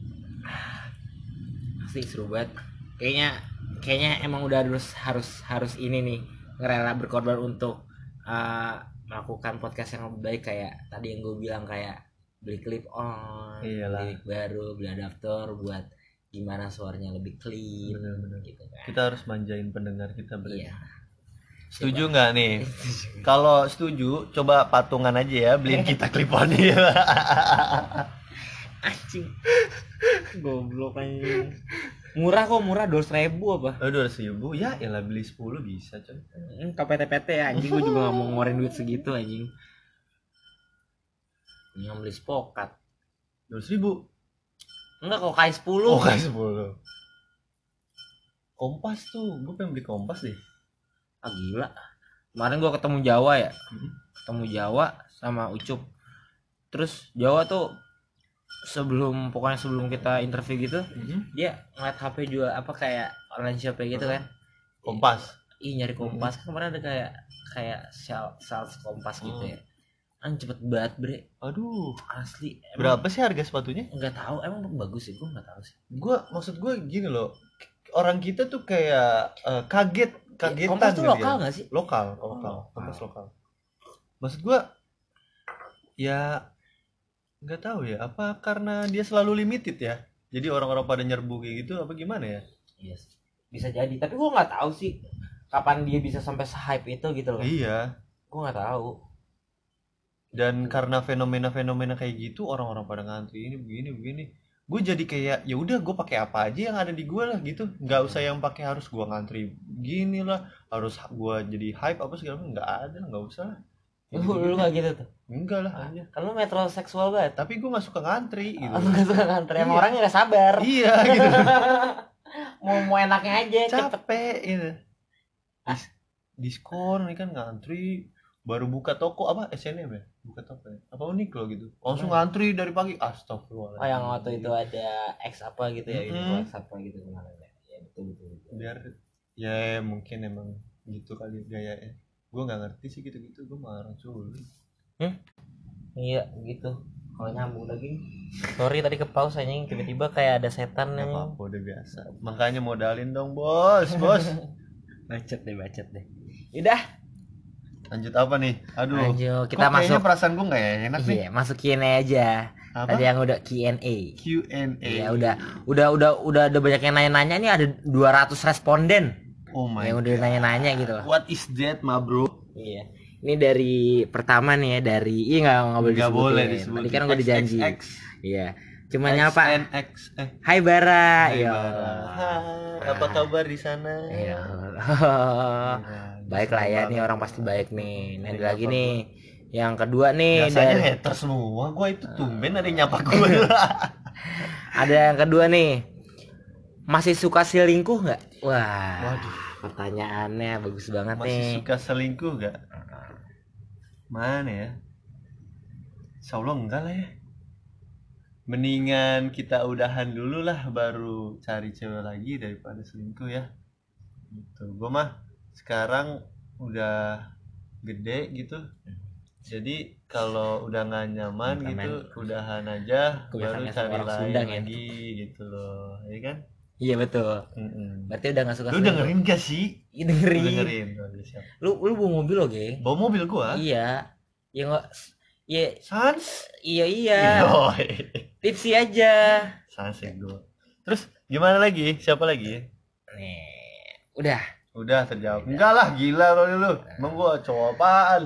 Asli seru banget. Kayaknya kayaknya emang udah harus harus harus ini nih, ngerela berkorban untuk uh, melakukan podcast yang lebih baik kayak tadi yang gue bilang kayak beli clip on, iyalah. Beli baro, beli adaptor buat gimana suaranya lebih clean. Bener-bener. Gitu kan. Kita harus manjain pendengar kita berarti. Iya. Setuju nggak nih? Kalau setuju, coba patungan aja ya beliin kita clip on ya. Anjing. Goblok anjing. Murah kok, murah dua ratus ribu apa? Oh, dua ratus ribu ya, elah beli sepuluh bisa coy. Hmm, K P T P T ya anjing, gue juga gak mau ngeluarin duit segitu anjing. Yang beli spokat dua ratus ribu. Enggak kok K sepuluh. Oh K sepuluh. Kompas tuh, gue pengen beli kompas deh. Ah gila. Kemarin gue ketemu Jawa ya. Hmm? Ketemu Jawa sama Ucup. Terus Jawa tuh sebelum pokoknya sebelum kita interview gitu, hmm? dia ngeliat H P jual apa kayak online shop gitu kan. Kompas. Ih nyari kompas. Hmm. Kemarin ada kayak kayak sales kompas gitu ya. An cepet banget bre. Aduh asli emang, berapa sih harga sepatunya? Nggak tahu, emang bagus sih, gue nggak tahu sih. Gue maksud gue gini loh, orang kita tuh kayak uh, kaget kagetan. Ya, kompas tuh gitu lokal nggak ya? Sih? Lokal, lokal, oh, kompas lokal. Maksud gue ya nggak tahu ya, apa karena dia selalu limited ya, jadi orang-orang pada nyerbu kayak gitu apa gimana ya? Yes. Bisa jadi, tapi gue nggak tahu sih kapan dia bisa sampai se-hype itu gitu loh. Iya. Gue nggak tahu. Dan karena fenomena-fenomena kayak gitu orang-orang pada ngantri ini begini begini, gue jadi kayak ya udah gue pakai apa aja yang ada di gue lah gitu, nggak usah yang pakai harus gue ngantri gini lah, harus gue jadi hype apa segala macam, nggak ada, nggak usah lah. Lu lu nggak gitu tuh? Enggak lah aja. Kan lu metroseksual banget. Tapi gue nggak suka ngantri gitu. Lu nggak suka ngantri, emang iya. Orangnya nggak sabar. Iya gitu. mau mau enaknya aja. Capek gitu. Dis diskon ini kan ngantri. Baru buka toko apa S N M ya? Buka toko ya? Apa unik lo gitu? Langsung ngantri dari pagi. Astagfirullah. Oh yang waktu itu ada X apa gitu ya? Mm-hmm. X apa gitu kemarin ya? Ya betul betul. betul. Biar ya mungkin emang gitu kali gayanya. Gue nggak ngerti sih gitu-gitu, gue malah orang culik. Hmm? Iya gitu. Kalau nyambung lagi. Sorry tadi ke pause anjing, tiba-tiba kayak ada setan Nggak nih. apa-apa, udah biasa. Makanya modalin dong bos, bos. Bacot deh, bacot deh. Udah. Lanjut apa nih? Aduh. Lanjut, kita kok kayaknya masuk. perasaan gue nggak enak nih. Iya, masuk Q and A aja. Apa? Tadi yang udah Q and A. Q and A. Iya, udah udah udah udah ada banyak yang nanya-nanya nih, ada dua ratus responden. Oh my yang udah God. nanya-nanya gitu loh. What is that, ma bro? Iya. Ini dari pertama nih ya, dari iya nggak nggak boleh Nggak disebutin. boleh disebutin. Tadi kan gue dijanji. X X X. Iya. Cuma nyapa. X N X eh. Hai Bara. Hai Ya Bara. Allah. Hai, apa kabar di sana? Ya Allah. Iya, Baik lah ya, banget. nih orang pasti baik nih. Nanti Ada lagi apa nih. Yang kedua nih Biasanya dari hater semua. Gua itu tumben ada yang nyapa gue. ada yang kedua nih. Masih suka selingkuh nggak? Wah. Waduh. Pertanyaannya bagus banget Masih nih. suka selingkuh gak? Mana ya? Insya Allah enggak lah ya. Mendingan kita udahan dulu lah baru cari cewek lagi daripada selingkuh ya. Gitu. Gue mah sekarang udah gede gitu. Jadi kalau udah nggak nyaman Minta gitu, main. udahan aja, baru Kebiasaannya cari orang lain Sunda, ya. lagi gitu loh, ya kan? Iya betul. Mm-mm. Berarti udah nggak suka Lu selingkuh. dengerin gak sih? Iya, dengerin. Lu dengerin. Oh, siap. Lu lu bawa mobil lo, geng? Bawa mobil gua. Iya. Ya nggak. Iya. Sans. Iya iya. Yoi. Tipsi aja. Sans ya gua. Terus gimana lagi? Siapa lagi? Nih. Udah. Udah terjawab. Enggak lah, gila lo lu. Emang gua cowok apaan?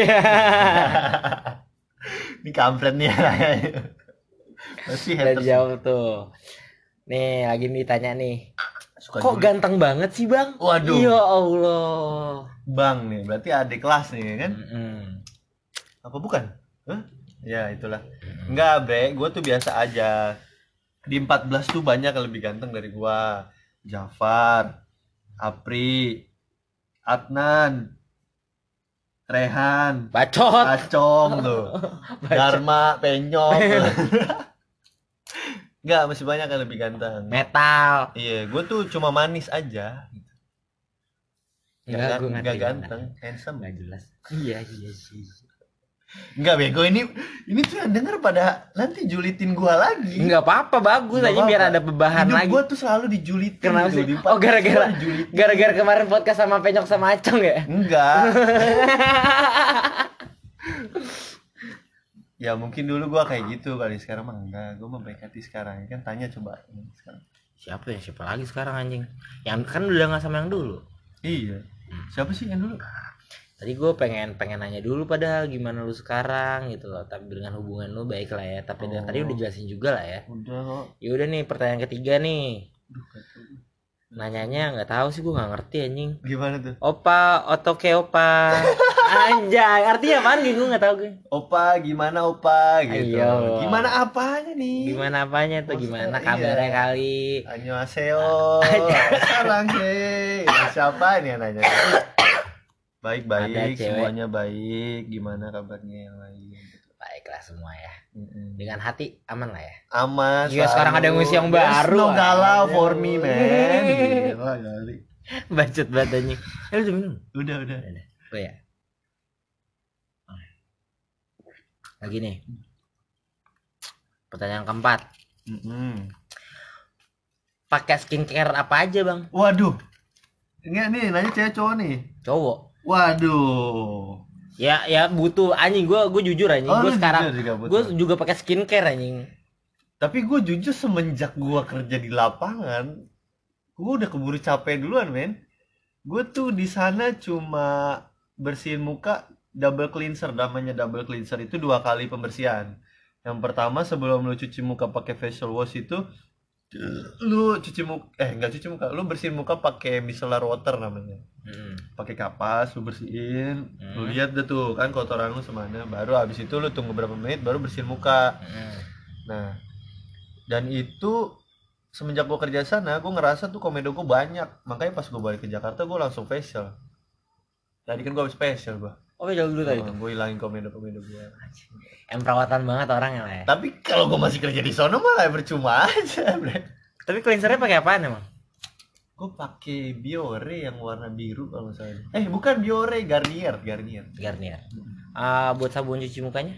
Ini kampret nih. Masih Udah haters. dijawab tuh. Nih lagi ditanya nih. Suka Kok julid. ganteng banget sih bang? Waduh. Ya Allah. Bang nih, berarti adik kelas nih kan? Mm-mm. Apa bukan? Hah? Ya itulah. Enggak bre, gue tuh biasa aja. Di empat belas tuh banyak yang lebih ganteng dari gua. Jafar, Apri, Adnan, Rehan, Bacot. Acong tuh, Dharma, Penyok. Enggak, masih banyak yang lebih ganteng. Metal. Iya, gue tuh cuma manis aja. Enggak, gue Gak, ngerti. gak ganteng, handsome. Enggak jelas. Iya iya sih. Enggak bego, ini ini tuh yang denger pada nanti julitin gua lagi. Enggak apa-apa, bagus Nggak aja biar apa-apa. ada bebahan Hidup lagi. gua tuh selalu dijulitin. Kenapa gitu. sih? Di Oh gara-gara gua dijulitin. gara-gara kemarin podcast sama Penyok sama Acong ya? Enggak. Ya mungkin dulu gua kayak gitu kali, sekarang mah enggak. Gua mau baik hati sekarang. Kan tanya coba sekarang. Siapa ya? Siapa lagi sekarang anjing? Yang kan udah nggak sama yang dulu. Iya. Siapa sih yang dulu? Tadi gue pengen pengen nanya dulu padahal gimana lu sekarang gitu loh. Tapi dengan hubungan lu baik lah ya. Tapi Oh. tadi udah jelasin juga lah ya. Udah kok. Ya udah nih pertanyaan ketiga nih. Aduh, kacau. Nanyanya nggak tahu sih, gue nggak ngerti anjing. Gimana tuh? Opa, otoke opa. Anjay, artinya apaan gue nggak tahu gue. Opa, gimana opa gitu. Ayo. Gimana apanya nih? Gimana apanya tuh? Maksudnya, Gimana iya. kabarnya kali? Annyeonghaseyo. Salam sih. Siapa nih yang nanya? Baik-baik, Ada cewek. semuanya baik. Gimana kabarnya yang lain? Baiklah semua ya. Mm-mm. Dengan hati aman lah ya. Aman. Iya, sekarang ada ngisi yang baru, No galau aja. for me, man. Gila kali. Bacot banget anjing. Eh, lu udah minum? Udah, udah. Udah. Oh ya. Lagi nih. Pertanyaan keempat. Mm-mm. Pakai skincare apa aja, Bang? Waduh. Enggak nih, nanya cewek cowok nih. Cowok. Waduh. Ya, ya butuh anjing. Gua gua jujur anjing. Oh, Gua lu sekarang jujur juga butuh. gua juga pakai skincare anjing. Tapi gue jujur semenjak gue kerja di lapangan, gue udah keburu capek duluan, men. Gue tuh di sana cuma bersihin muka double cleanser, namanya double cleanser itu dua kali pembersihan. Yang pertama sebelum lu cuci muka pakai facial wash itu, lu cuci muka, eh nggak cuci muka, lu bersihin muka pakai micellar water namanya. Hmm. Pakai kapas, lu bersihin, Hmm. lu lihat deh tuh kan kotoran lu semana. Baru abis itu lu tunggu berapa menit, baru bersihin muka. Hmm. Nah, dan itu semenjak gue kerja sana, gue ngerasa tuh komedo gue banyak. Makanya pas gue balik ke Jakarta, gue langsung facial. Tadi kan gue habis facial gue. Oh, jauh dulu tadi tuh. Gue hilangin komedo-komedo gue. Em perawatan banget orangnya lah ya. Tapi kalau gue masih kerja di sono malah percuma aja, bre. Tapi cleansernya pakai apaan emang? Gue pakai Biore yang warna biru kalau nggak salah. Eh bukan Biore, Garnier, Garnier. Garnier. Ah, buat sabun cuci mukanya?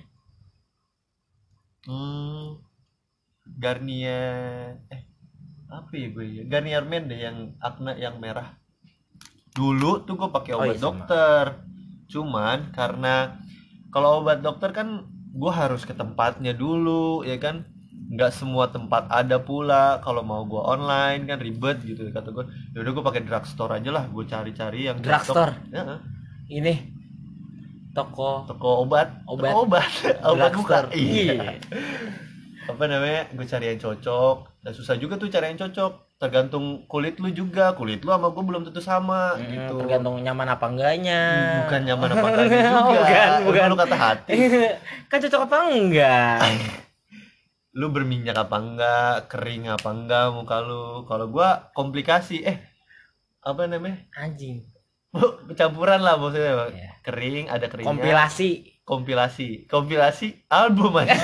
Hmm, Garnier. Eh apa ya gue ya? Garnier Men deh yang Acne yang merah. Dulu tuh gue pakai Oh, obat iya, sama. dokter. Cuman karena kalau obat dokter kan gue harus ke tempatnya dulu, ya kan? Nggak semua tempat ada pula. Kalau mau gue online kan ribet gitu. Kata gue, ya udah gue pakai drugstore aja lah. Gue cari-cari yang Drugstore? Ya, Ini toko toko obat, Obat. toko obat, obat muka. Drugstore. Iya. Apa namanya? Gue cari yang cocok. Dan susah juga tuh cari yang cocok. Tergantung kulit lu juga. Kulit lu sama gue belum tentu sama Hmm, gitu. tergantung nyaman apa enggaknya. Bukan nyaman apa enggaknya juga. bukan, Lu bukan. perlu kata hati. Kan cocok apa enggak? Lu berminyak apa enggak, kering apa enggak muka lu. Kalau gua komplikasi. Eh, apa namanya? Anjing. Campuran lah maksudnya, Bang. Iya. Kering, ada keringnya. Kompilasi. Kompilasi. Kompilasi album aja.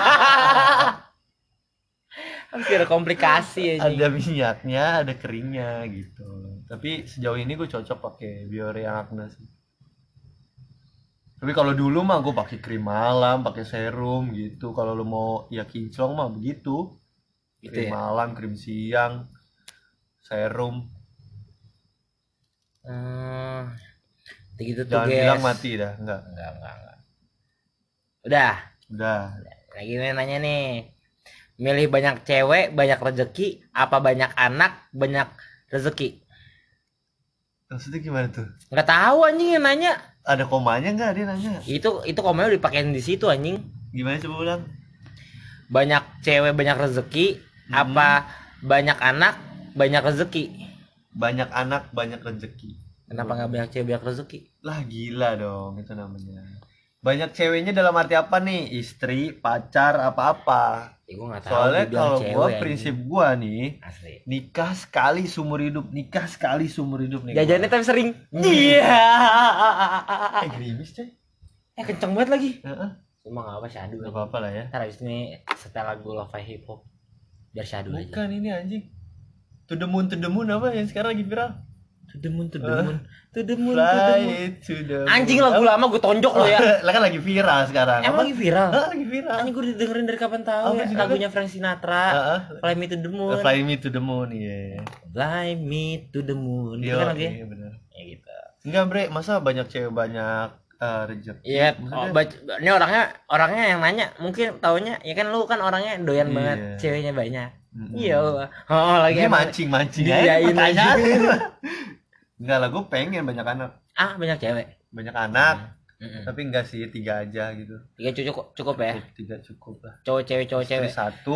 Harus ada komplikasi aja. Ada minyaknya, ada keringnya gitu. Tapi sejauh ini gue cocok pakai Biore yang Acne sih. Tapi kalau dulu mah gue pakai krim malam, pakai serum gitu. Kalau lu mau ya kinclong mah begitu. Gitu Krim ya? malam, krim siang, serum. Hmm, gitu tuh Jangan guys. bilang mati dah, enggak. Enggak, enggak, enggak. Udah. Udah. Lagi nih nanya nih. Milih banyak cewek, banyak rezeki, apa banyak anak, banyak rezeki? Maksudnya gimana tuh? Nggak tahu anjing yang nanya. Ada komanya enggak dia nanya? Itu itu komennya udah dipakein di situ anjing. Gimana coba ulang? Banyak cewek, banyak rezeki, Hmm. apa banyak anak, banyak rezeki? Banyak anak, banyak rezeki. Kenapa nggak banyak cewek, banyak rezeki? Lah gila dong itu namanya. Banyak ceweknya dalam arti apa nih? Istri, pacar, apa-apa. Ya, gua nggak tahu. Soalnya dia bilang kalau cewek, gua anjing. prinsip gua nih, Asli. nikah sekali seumur hidup, nikah sekali seumur hidup nih. Jajannya gua. tapi sering. Hmm. Iya. Eh gerimis coy. Eh kenceng banget lagi. Heeh. Cuma nggak apa syahdu. Enggak apa-apa lah ya. Ntar abis ini setel lagu lo-fi hip hop biar syahdu aja. Bukan ini anjing. To the moon, to the moon apa yang sekarang lagi viral? To the moon, to the Uh, moon, to the moon, to the moon. Fly to the moon. Anjing lagu lama gue tonjok lo ya. Lah kan lagi viral sekarang. Emang lagi viral? Hah, lagi viral. Anjing gue dengerin dari kapan tahu Apa ya. sih, Lagunya Frank Sinatra. Heeh. Fly me to the moon. Fly me to the moon, iya. Fly me to the moon. Gitu Yo, kan lagi. iya benar. Ya gitu. Enggak, Bre, masa banyak cewek banyak uh, rezeki? Iya, Maksudnya- oh, bac- ini orangnya orangnya yang nanya, mungkin taunya ya kan lu kan orangnya doyan Iya. banget ceweknya banyak. Mm-mm. Iya. Oh, lagi Ini emang- mancing-mancing diiyain pertanyaan. aja. Enggak lah, gue pengen banyak anak. Ah, banyak cewek. Banyak anak, Mm-mm. tapi enggak sih, tiga aja gitu. Tiga cukup cukup ya. Cukup, tiga cukup lah. Cowok cewek cowok Istri cewek. satu.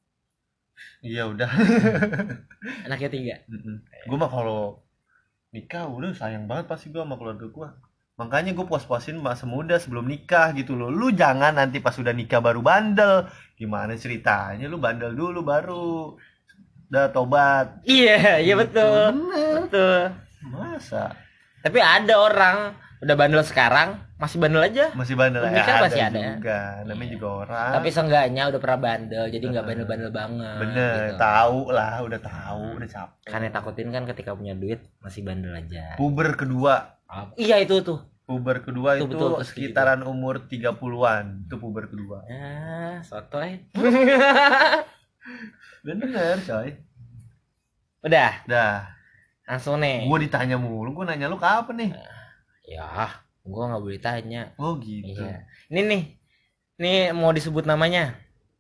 Iya udah. Anaknya tiga. Gue mah kalau nikah udah sayang banget pasti gue sama keluarga gue. Makanya gue puas-puasin masa muda sebelum nikah gitu loh. Lu jangan nanti pas udah nikah baru bandel. Gimana ceritanya? Lu bandel dulu baru udah tobat. Iya, iya betul. Bener. Betul. Masa? Tapi ada orang udah bandel sekarang masih bandel aja. Masih bandel Belum ya? nikah masih ada. juga. Namanya juga orang. Tapi seenggaknya udah pernah bandel, jadi nggak bandel-bandel banget. bener, gitu. tahu lah, udah tahu, udah capek. Kan yang takutin kan ketika punya duit masih bandel aja. Puber kedua. Ah, iya itu tuh. Puber kedua Itu itu betul, betul, sekitaran umur tiga puluhan. Itu puber kedua. Ah, sotoy. Bener, coy. Udah, Dah. langsung nih. Gue ditanya mulu, gue nanya lu kapan nih? Ya, gua nggak boleh tanya. Oh gitu. Iya. Ini nih, nih mau disebut namanya.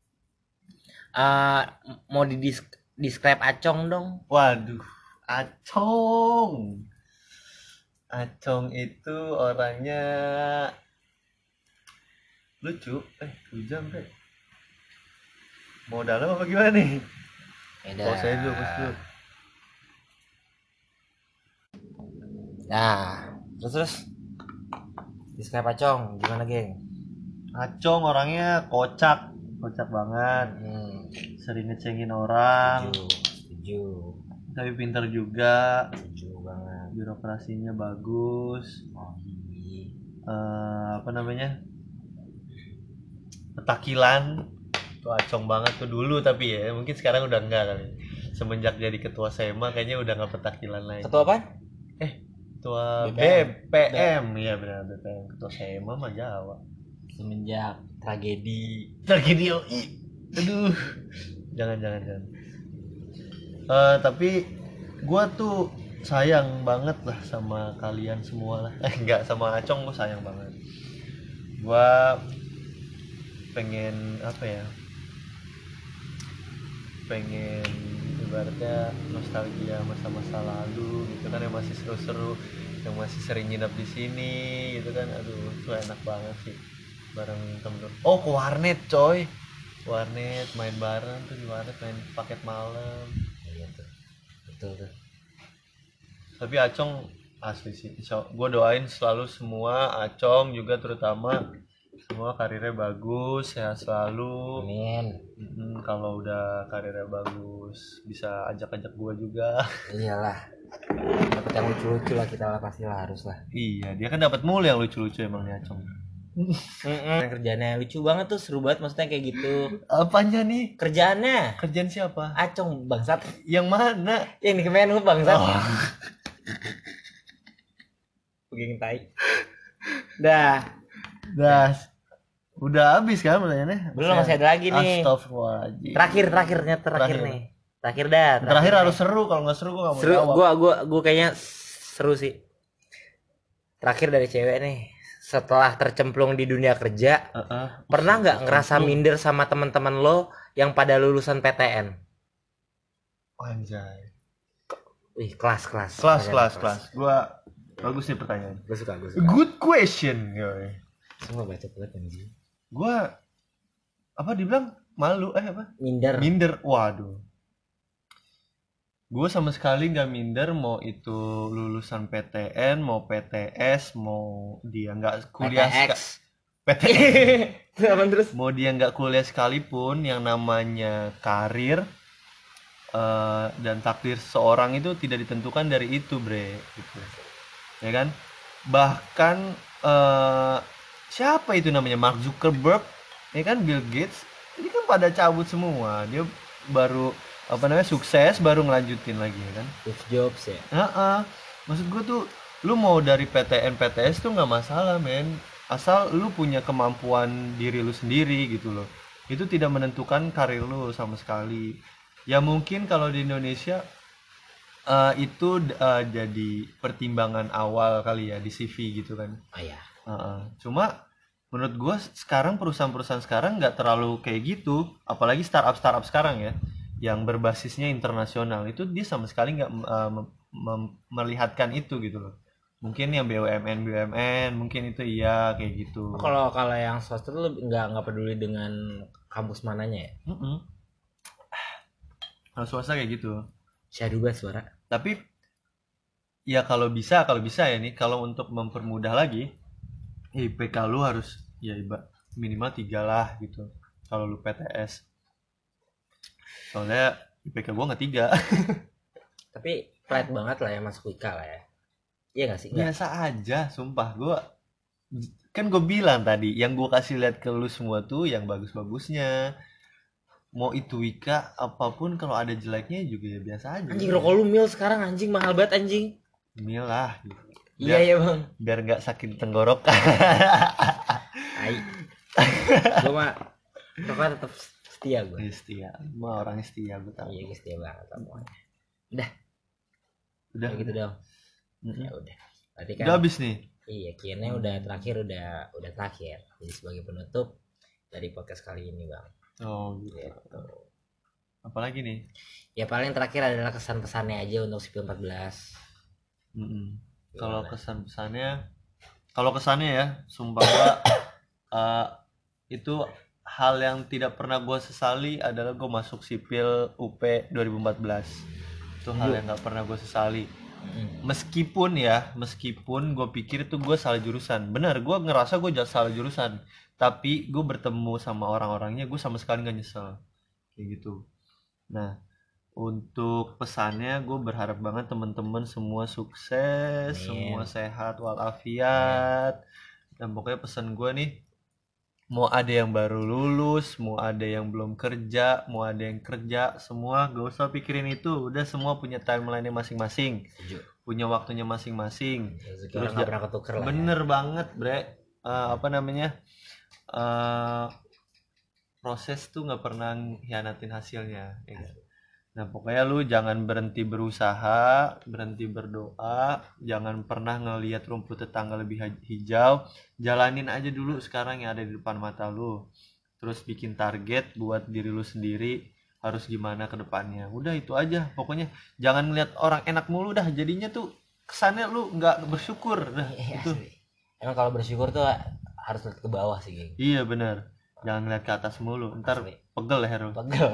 Eh, mau di describe Acong dong. Waduh, Acong. Acong itu orangnya lucu. Eh, hujan deh. Mau dalam apa gimana nih? Beda. Oh, saya dulu, bos dulu. Nah, terus terus describe Acong gimana, geng? Acong orangnya kocak, kocak banget. Hmm, Sering ngecengin orang, setuju, setuju, tapi pintar juga. setuju banget. Birokrasinya bagus. Oh, iya. Eh, apa namanya? Petakilan. Tuh Acong banget tuh dulu tapi ya, mungkin sekarang udah enggak kali. semenjak jadi ketua SEMA kayaknya udah nggak petakilan lagi. Ketua apa? Eh, ketua B B P M. P M, iya benar B P M. Ketua SEMA mah Jawa. Semenjak tragedi Tragedi O I. Aduh, jangan jangan jangan. Uh, tapi gue tuh sayang banget lah sama kalian semua lah. Eh enggak, sama Acong gue sayang banget. Gue pengen apa ya? Pengen ibaratnya nostalgia masa-masa lalu gitu kan, yang masih seru-seru, yang masih sering nginep di sini gitu kan. Aduh, itu enak banget sih bareng temen. Oh, ke warnet coy. Warnet main bareng tuh, di warnet main paket malam. Iya tuh, betul tuh. Tapi Acong asli sih, gue doain selalu semua Acong juga terutama semua karirnya bagus, sehat selalu. Amin. Hmm, kalau udah karirnya bagus bisa ajak-ajak gue juga. Iyalah, dapat yang lucu-lucu lah kita lah, pasti lah, harus lah. Iya, dia kan dapat mulu yang lucu-lucu emang nih Acong. Kerjaannya lucu banget tuh, seru banget maksudnya kayak gitu. Apanya nih? Kerjaannya Kerjaan siapa? Acong bangsat. Yang mana? Yang di Kemenhub bangsat. Oh. Begini tai. Dah. Dah. Udah habis kan pertanyaannya? Belum, masih ada lagi nih. Astagfirullahaladzim. Terakhir, terakhirnya terakhir, terakhir nih. Terakhir dah. Terakhir, terakhir harus seru, kalau nggak seru gue nggak mau seru, jawab. Gua, gua, gua kayaknya seru sih. Terakhir dari cewek nih. Setelah tercemplung di dunia kerja, uh-uh. pernah nggak ngerasa minder sama teman-teman lo yang pada lulusan P T N? Anjay. Wih, kelas kelas. Kelas kelas kelas. Gua bagus nih pertanyaan. Gue suka, gue suka. Good question, guys. Semua baca banget anjing. Gua apa dibilang malu eh apa? Minder. Minder. Waduh. Gue sama sekali nggak minder, mau itu lulusan P T N, mau P T S, mau dia nggak kuliah P T X. P T X. Terus? Mau dia nggak kuliah sekalipun, yang namanya karir uh, dan takdir seorang itu tidak ditentukan dari itu, bre, gitu. Ya kan? Bahkan uh, siapa itu namanya, Mark Zuckerberg, ya kan, Bill Gates, ini kan pada cabut semua, dia baru apa namanya sukses baru ngelanjutin lagi, ya kan? Steve Jobs ya. Heeh. Maksud gue tuh, lu mau dari P T N P T S tuh nggak masalah, men, asal lu punya kemampuan diri lu sendiri gitu loh. Itu tidak menentukan karir lu sama sekali. Ya mungkin kalau di Indonesia uh, itu uh, jadi pertimbangan awal kali ya di C V gitu kan. Oh ya. Uh-uh. Cuma menurut gue sekarang perusahaan-perusahaan sekarang nggak terlalu kayak gitu, apalagi startup-startup sekarang ya, yang berbasisnya internasional, itu dia sama sekali nggak uh, mem- mem- melihatkan itu gitu loh. Mungkin yang B U M N B U M N mungkin itu iya kayak gitu. Kalau kalau yang swasta tuh nggak nggak peduli dengan kampus mananya ya. Mm-mm. Kalau swasta kayak gitu. Saya duga suara. Tapi ya kalau bisa kalau bisa ya nih, kalau untuk mempermudah lagi, I P K lu harus ya minimal tiga lah gitu. Kalau lu P T S. Soalnya I P K gue nggak tiga. Tapi flat banget lah ya masuk I K lah ya. Iya nggak sih? Biasa aja, sumpah. Gue kan gue bilang tadi, yang gue kasih lihat ke lu semua tuh yang bagus-bagusnya. Mau itu I K apapun, kalau ada jeleknya juga ya biasa aja. Anjing, rokok lu mil sekarang anjing, mahal banget anjing. Mil lah. Gitu. Iya ya bang. Biar nggak sakit tenggorokan. Ai. Gue mah rokok tetap setia gue. Setia, mah orang setia gue tahu. Iya, setia banget pokoknya. Udah. Udah gitu dong. Mm-hmm. Ya udah. Berarti kan udah habis nih. Iya, Q&A udah terakhir, udah udah terakhir. Jadi sebagai penutup dari podcast kali ini, Bang. Oh, gitu. gitu. Apalagi nih? Ya paling terakhir adalah kesan-pesannya aja untuk Sipil empat belas. Mm-mm. Kalau kesan-pesannya, kalau kesannya ya, sumpah gua uh, itu hal yang tidak pernah gue sesali adalah gue masuk sipil U P dua ribu empat belas. Itu hal yang nggak pernah gue sesali. Meskipun ya, meskipun gue pikir itu gue salah jurusan. Benar, gue ngerasa gue salah jurusan. Tapi gue bertemu sama orang-orangnya, gue sama sekali nggak nyesel. Kayak gitu. Nah, untuk pesannya gue berharap banget teman-teman semua sukses, Amin. Semua sehat walafiat. Dan pokoknya pesan gue nih, mau ada yang baru lulus, mau ada yang belum kerja, mau ada yang kerja, semua gak usah pikirin itu. Udah semua punya timeline-nya masing-masing, Setuju. punya waktunya masing-masing. Rezeki Terus orang nggak ja- pernah ketuker lah ya. bener banget, bre. Eh, apa namanya? Eh, proses tuh nggak pernah hianatin hasilnya. Ya kan? Nah, pokoknya lu jangan berhenti berusaha, berhenti berdoa, jangan pernah ngelihat rumput tetangga lebih hij- hijau. Jalanin aja dulu sekarang yang ada di depan mata lu. Terus bikin target buat diri lu sendiri, harus gimana ke depannya. Udah itu aja. Pokoknya jangan ngeliat orang enak mulu dah, jadinya tuh kesannya lu nggak bersyukur. Dah, Iya, itu. asli. Emang kalau bersyukur tuh harus lihat ke bawah sih, geng. Iya benar. Jangan ngeliat ke atas mulu, ntar Asli. pegel ya lu. Pegel.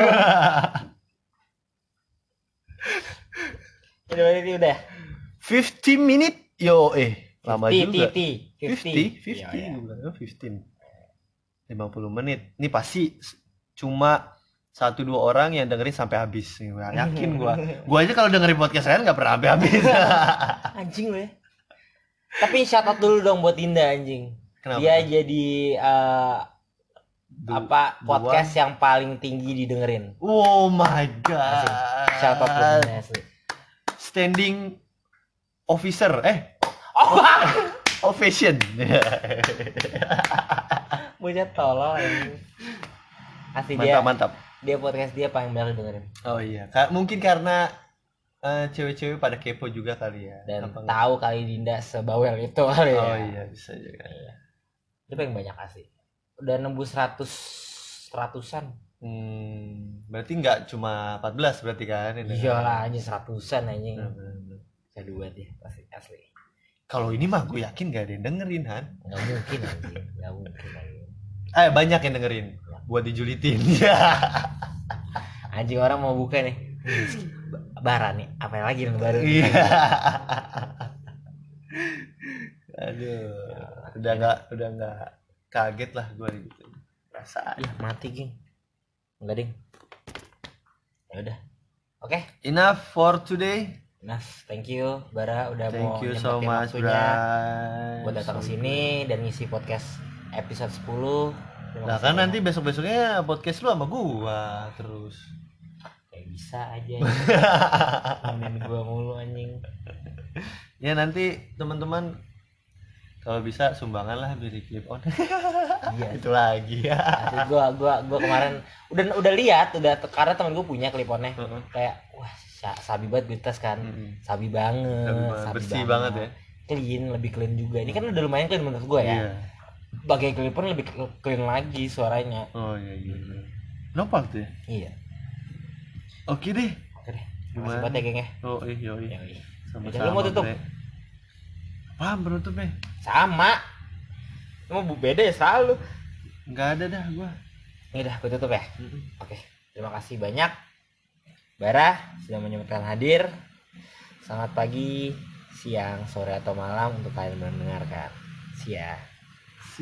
Udah ini udah. fifty minute yo eh lama fifty, juga. fifty, fifty, fifty, Iya, iya. gue bilang, oh, fifteen. lima puluh menit. Ini pasti s- cuma satu dua orang yang dengerin sampai habis. Nih, gua yakin gua. Gua aja kalau dengerin podcast kalian nggak pernah sampai habis. Anjing lo ya. Tapi shout out dulu dong buat Dinda anjing. Kenapa? Dia jadi eh, Du- apa dua. podcast yang paling tinggi didengerin. Oh my Asik. god. Shout out buat Dinda asli. Standing officer eh Oh, ovation. bocah tolol anjing. Asli Mantap, dia. mantap. Dia podcast dia paling banyak didengerin. Oh iya, Ka- mungkin karena eh, cewek-cewek pada kepo juga kali ya. Dan Apa enggak? tahu kali Dinda sebawel itu kali ya. Oh iya, bisa juga. Dia paling banyak asli. Udah nembus seratus ratusan. Hmm, berarti nggak cuma empat belas berarti kan? ini? Iya lah anjing seratusan anjing. Bener, bener, bener. Saya dua dia pasti asli. Kalau ini mah gue yakin gak ada yang dengerin, Han. Nggak mungkin anjing, nggak mungkin anjing. Eh, banyak yang dengerin. Buat dijulitin. Anjing orang mau buka nih. Bara nih, apa lagi yang baru? Iya. Aduh, udah nggak udah nggak kaget lah gue gitu. Perasaan. Ih, mati geng. Enggak ding. Ya udah. Oke, Enough for today. nah, thank you Bara udah mau Thank you so nyempetin much, waktunya Bray. buat datang ke sini dan ngisi podcast episode sepuluh. Terima Nah kasih kan banyak. nanti besok-besoknya podcast lu sama gua terus. Kayak bisa aja. Nemenin gua mulu anjing. Ya nanti teman-teman kalau bisa sumbangan lah biar di clip on. Iya. Itu lagi ya. Asli, gua gua gua kemarin udah udah lihat udah karena temen gua punya kliponnya. Heeh. Kayak wah sa- sabi banget gue tes kan. Mm-mm. Sabi banget, Sabi banget. Bersih banget ya. Clean, lebih clean juga. Ini kan udah lumayan clean menurut gua ya. Iya. Bagai klipon lebih clean lagi suaranya. Oh iya iya. iya. Nopal tuh ya. Iya. Oke deh. Oke deh. Gimana? Makasih banget ya, geng ya. Oh iya iya. Ya, iya. Sama-sama. Lu mau tutup? Bre. Apaan penutupnya? Sama. Mau beda ya selalu. Enggak ada dah gua. Ini udah gue tutup ya. Oke. Terima kasih banyak Bara sudah menyempatkan hadir. Selamat pagi, siang, sore atau malam untuk kalian mendengarkan. Sia.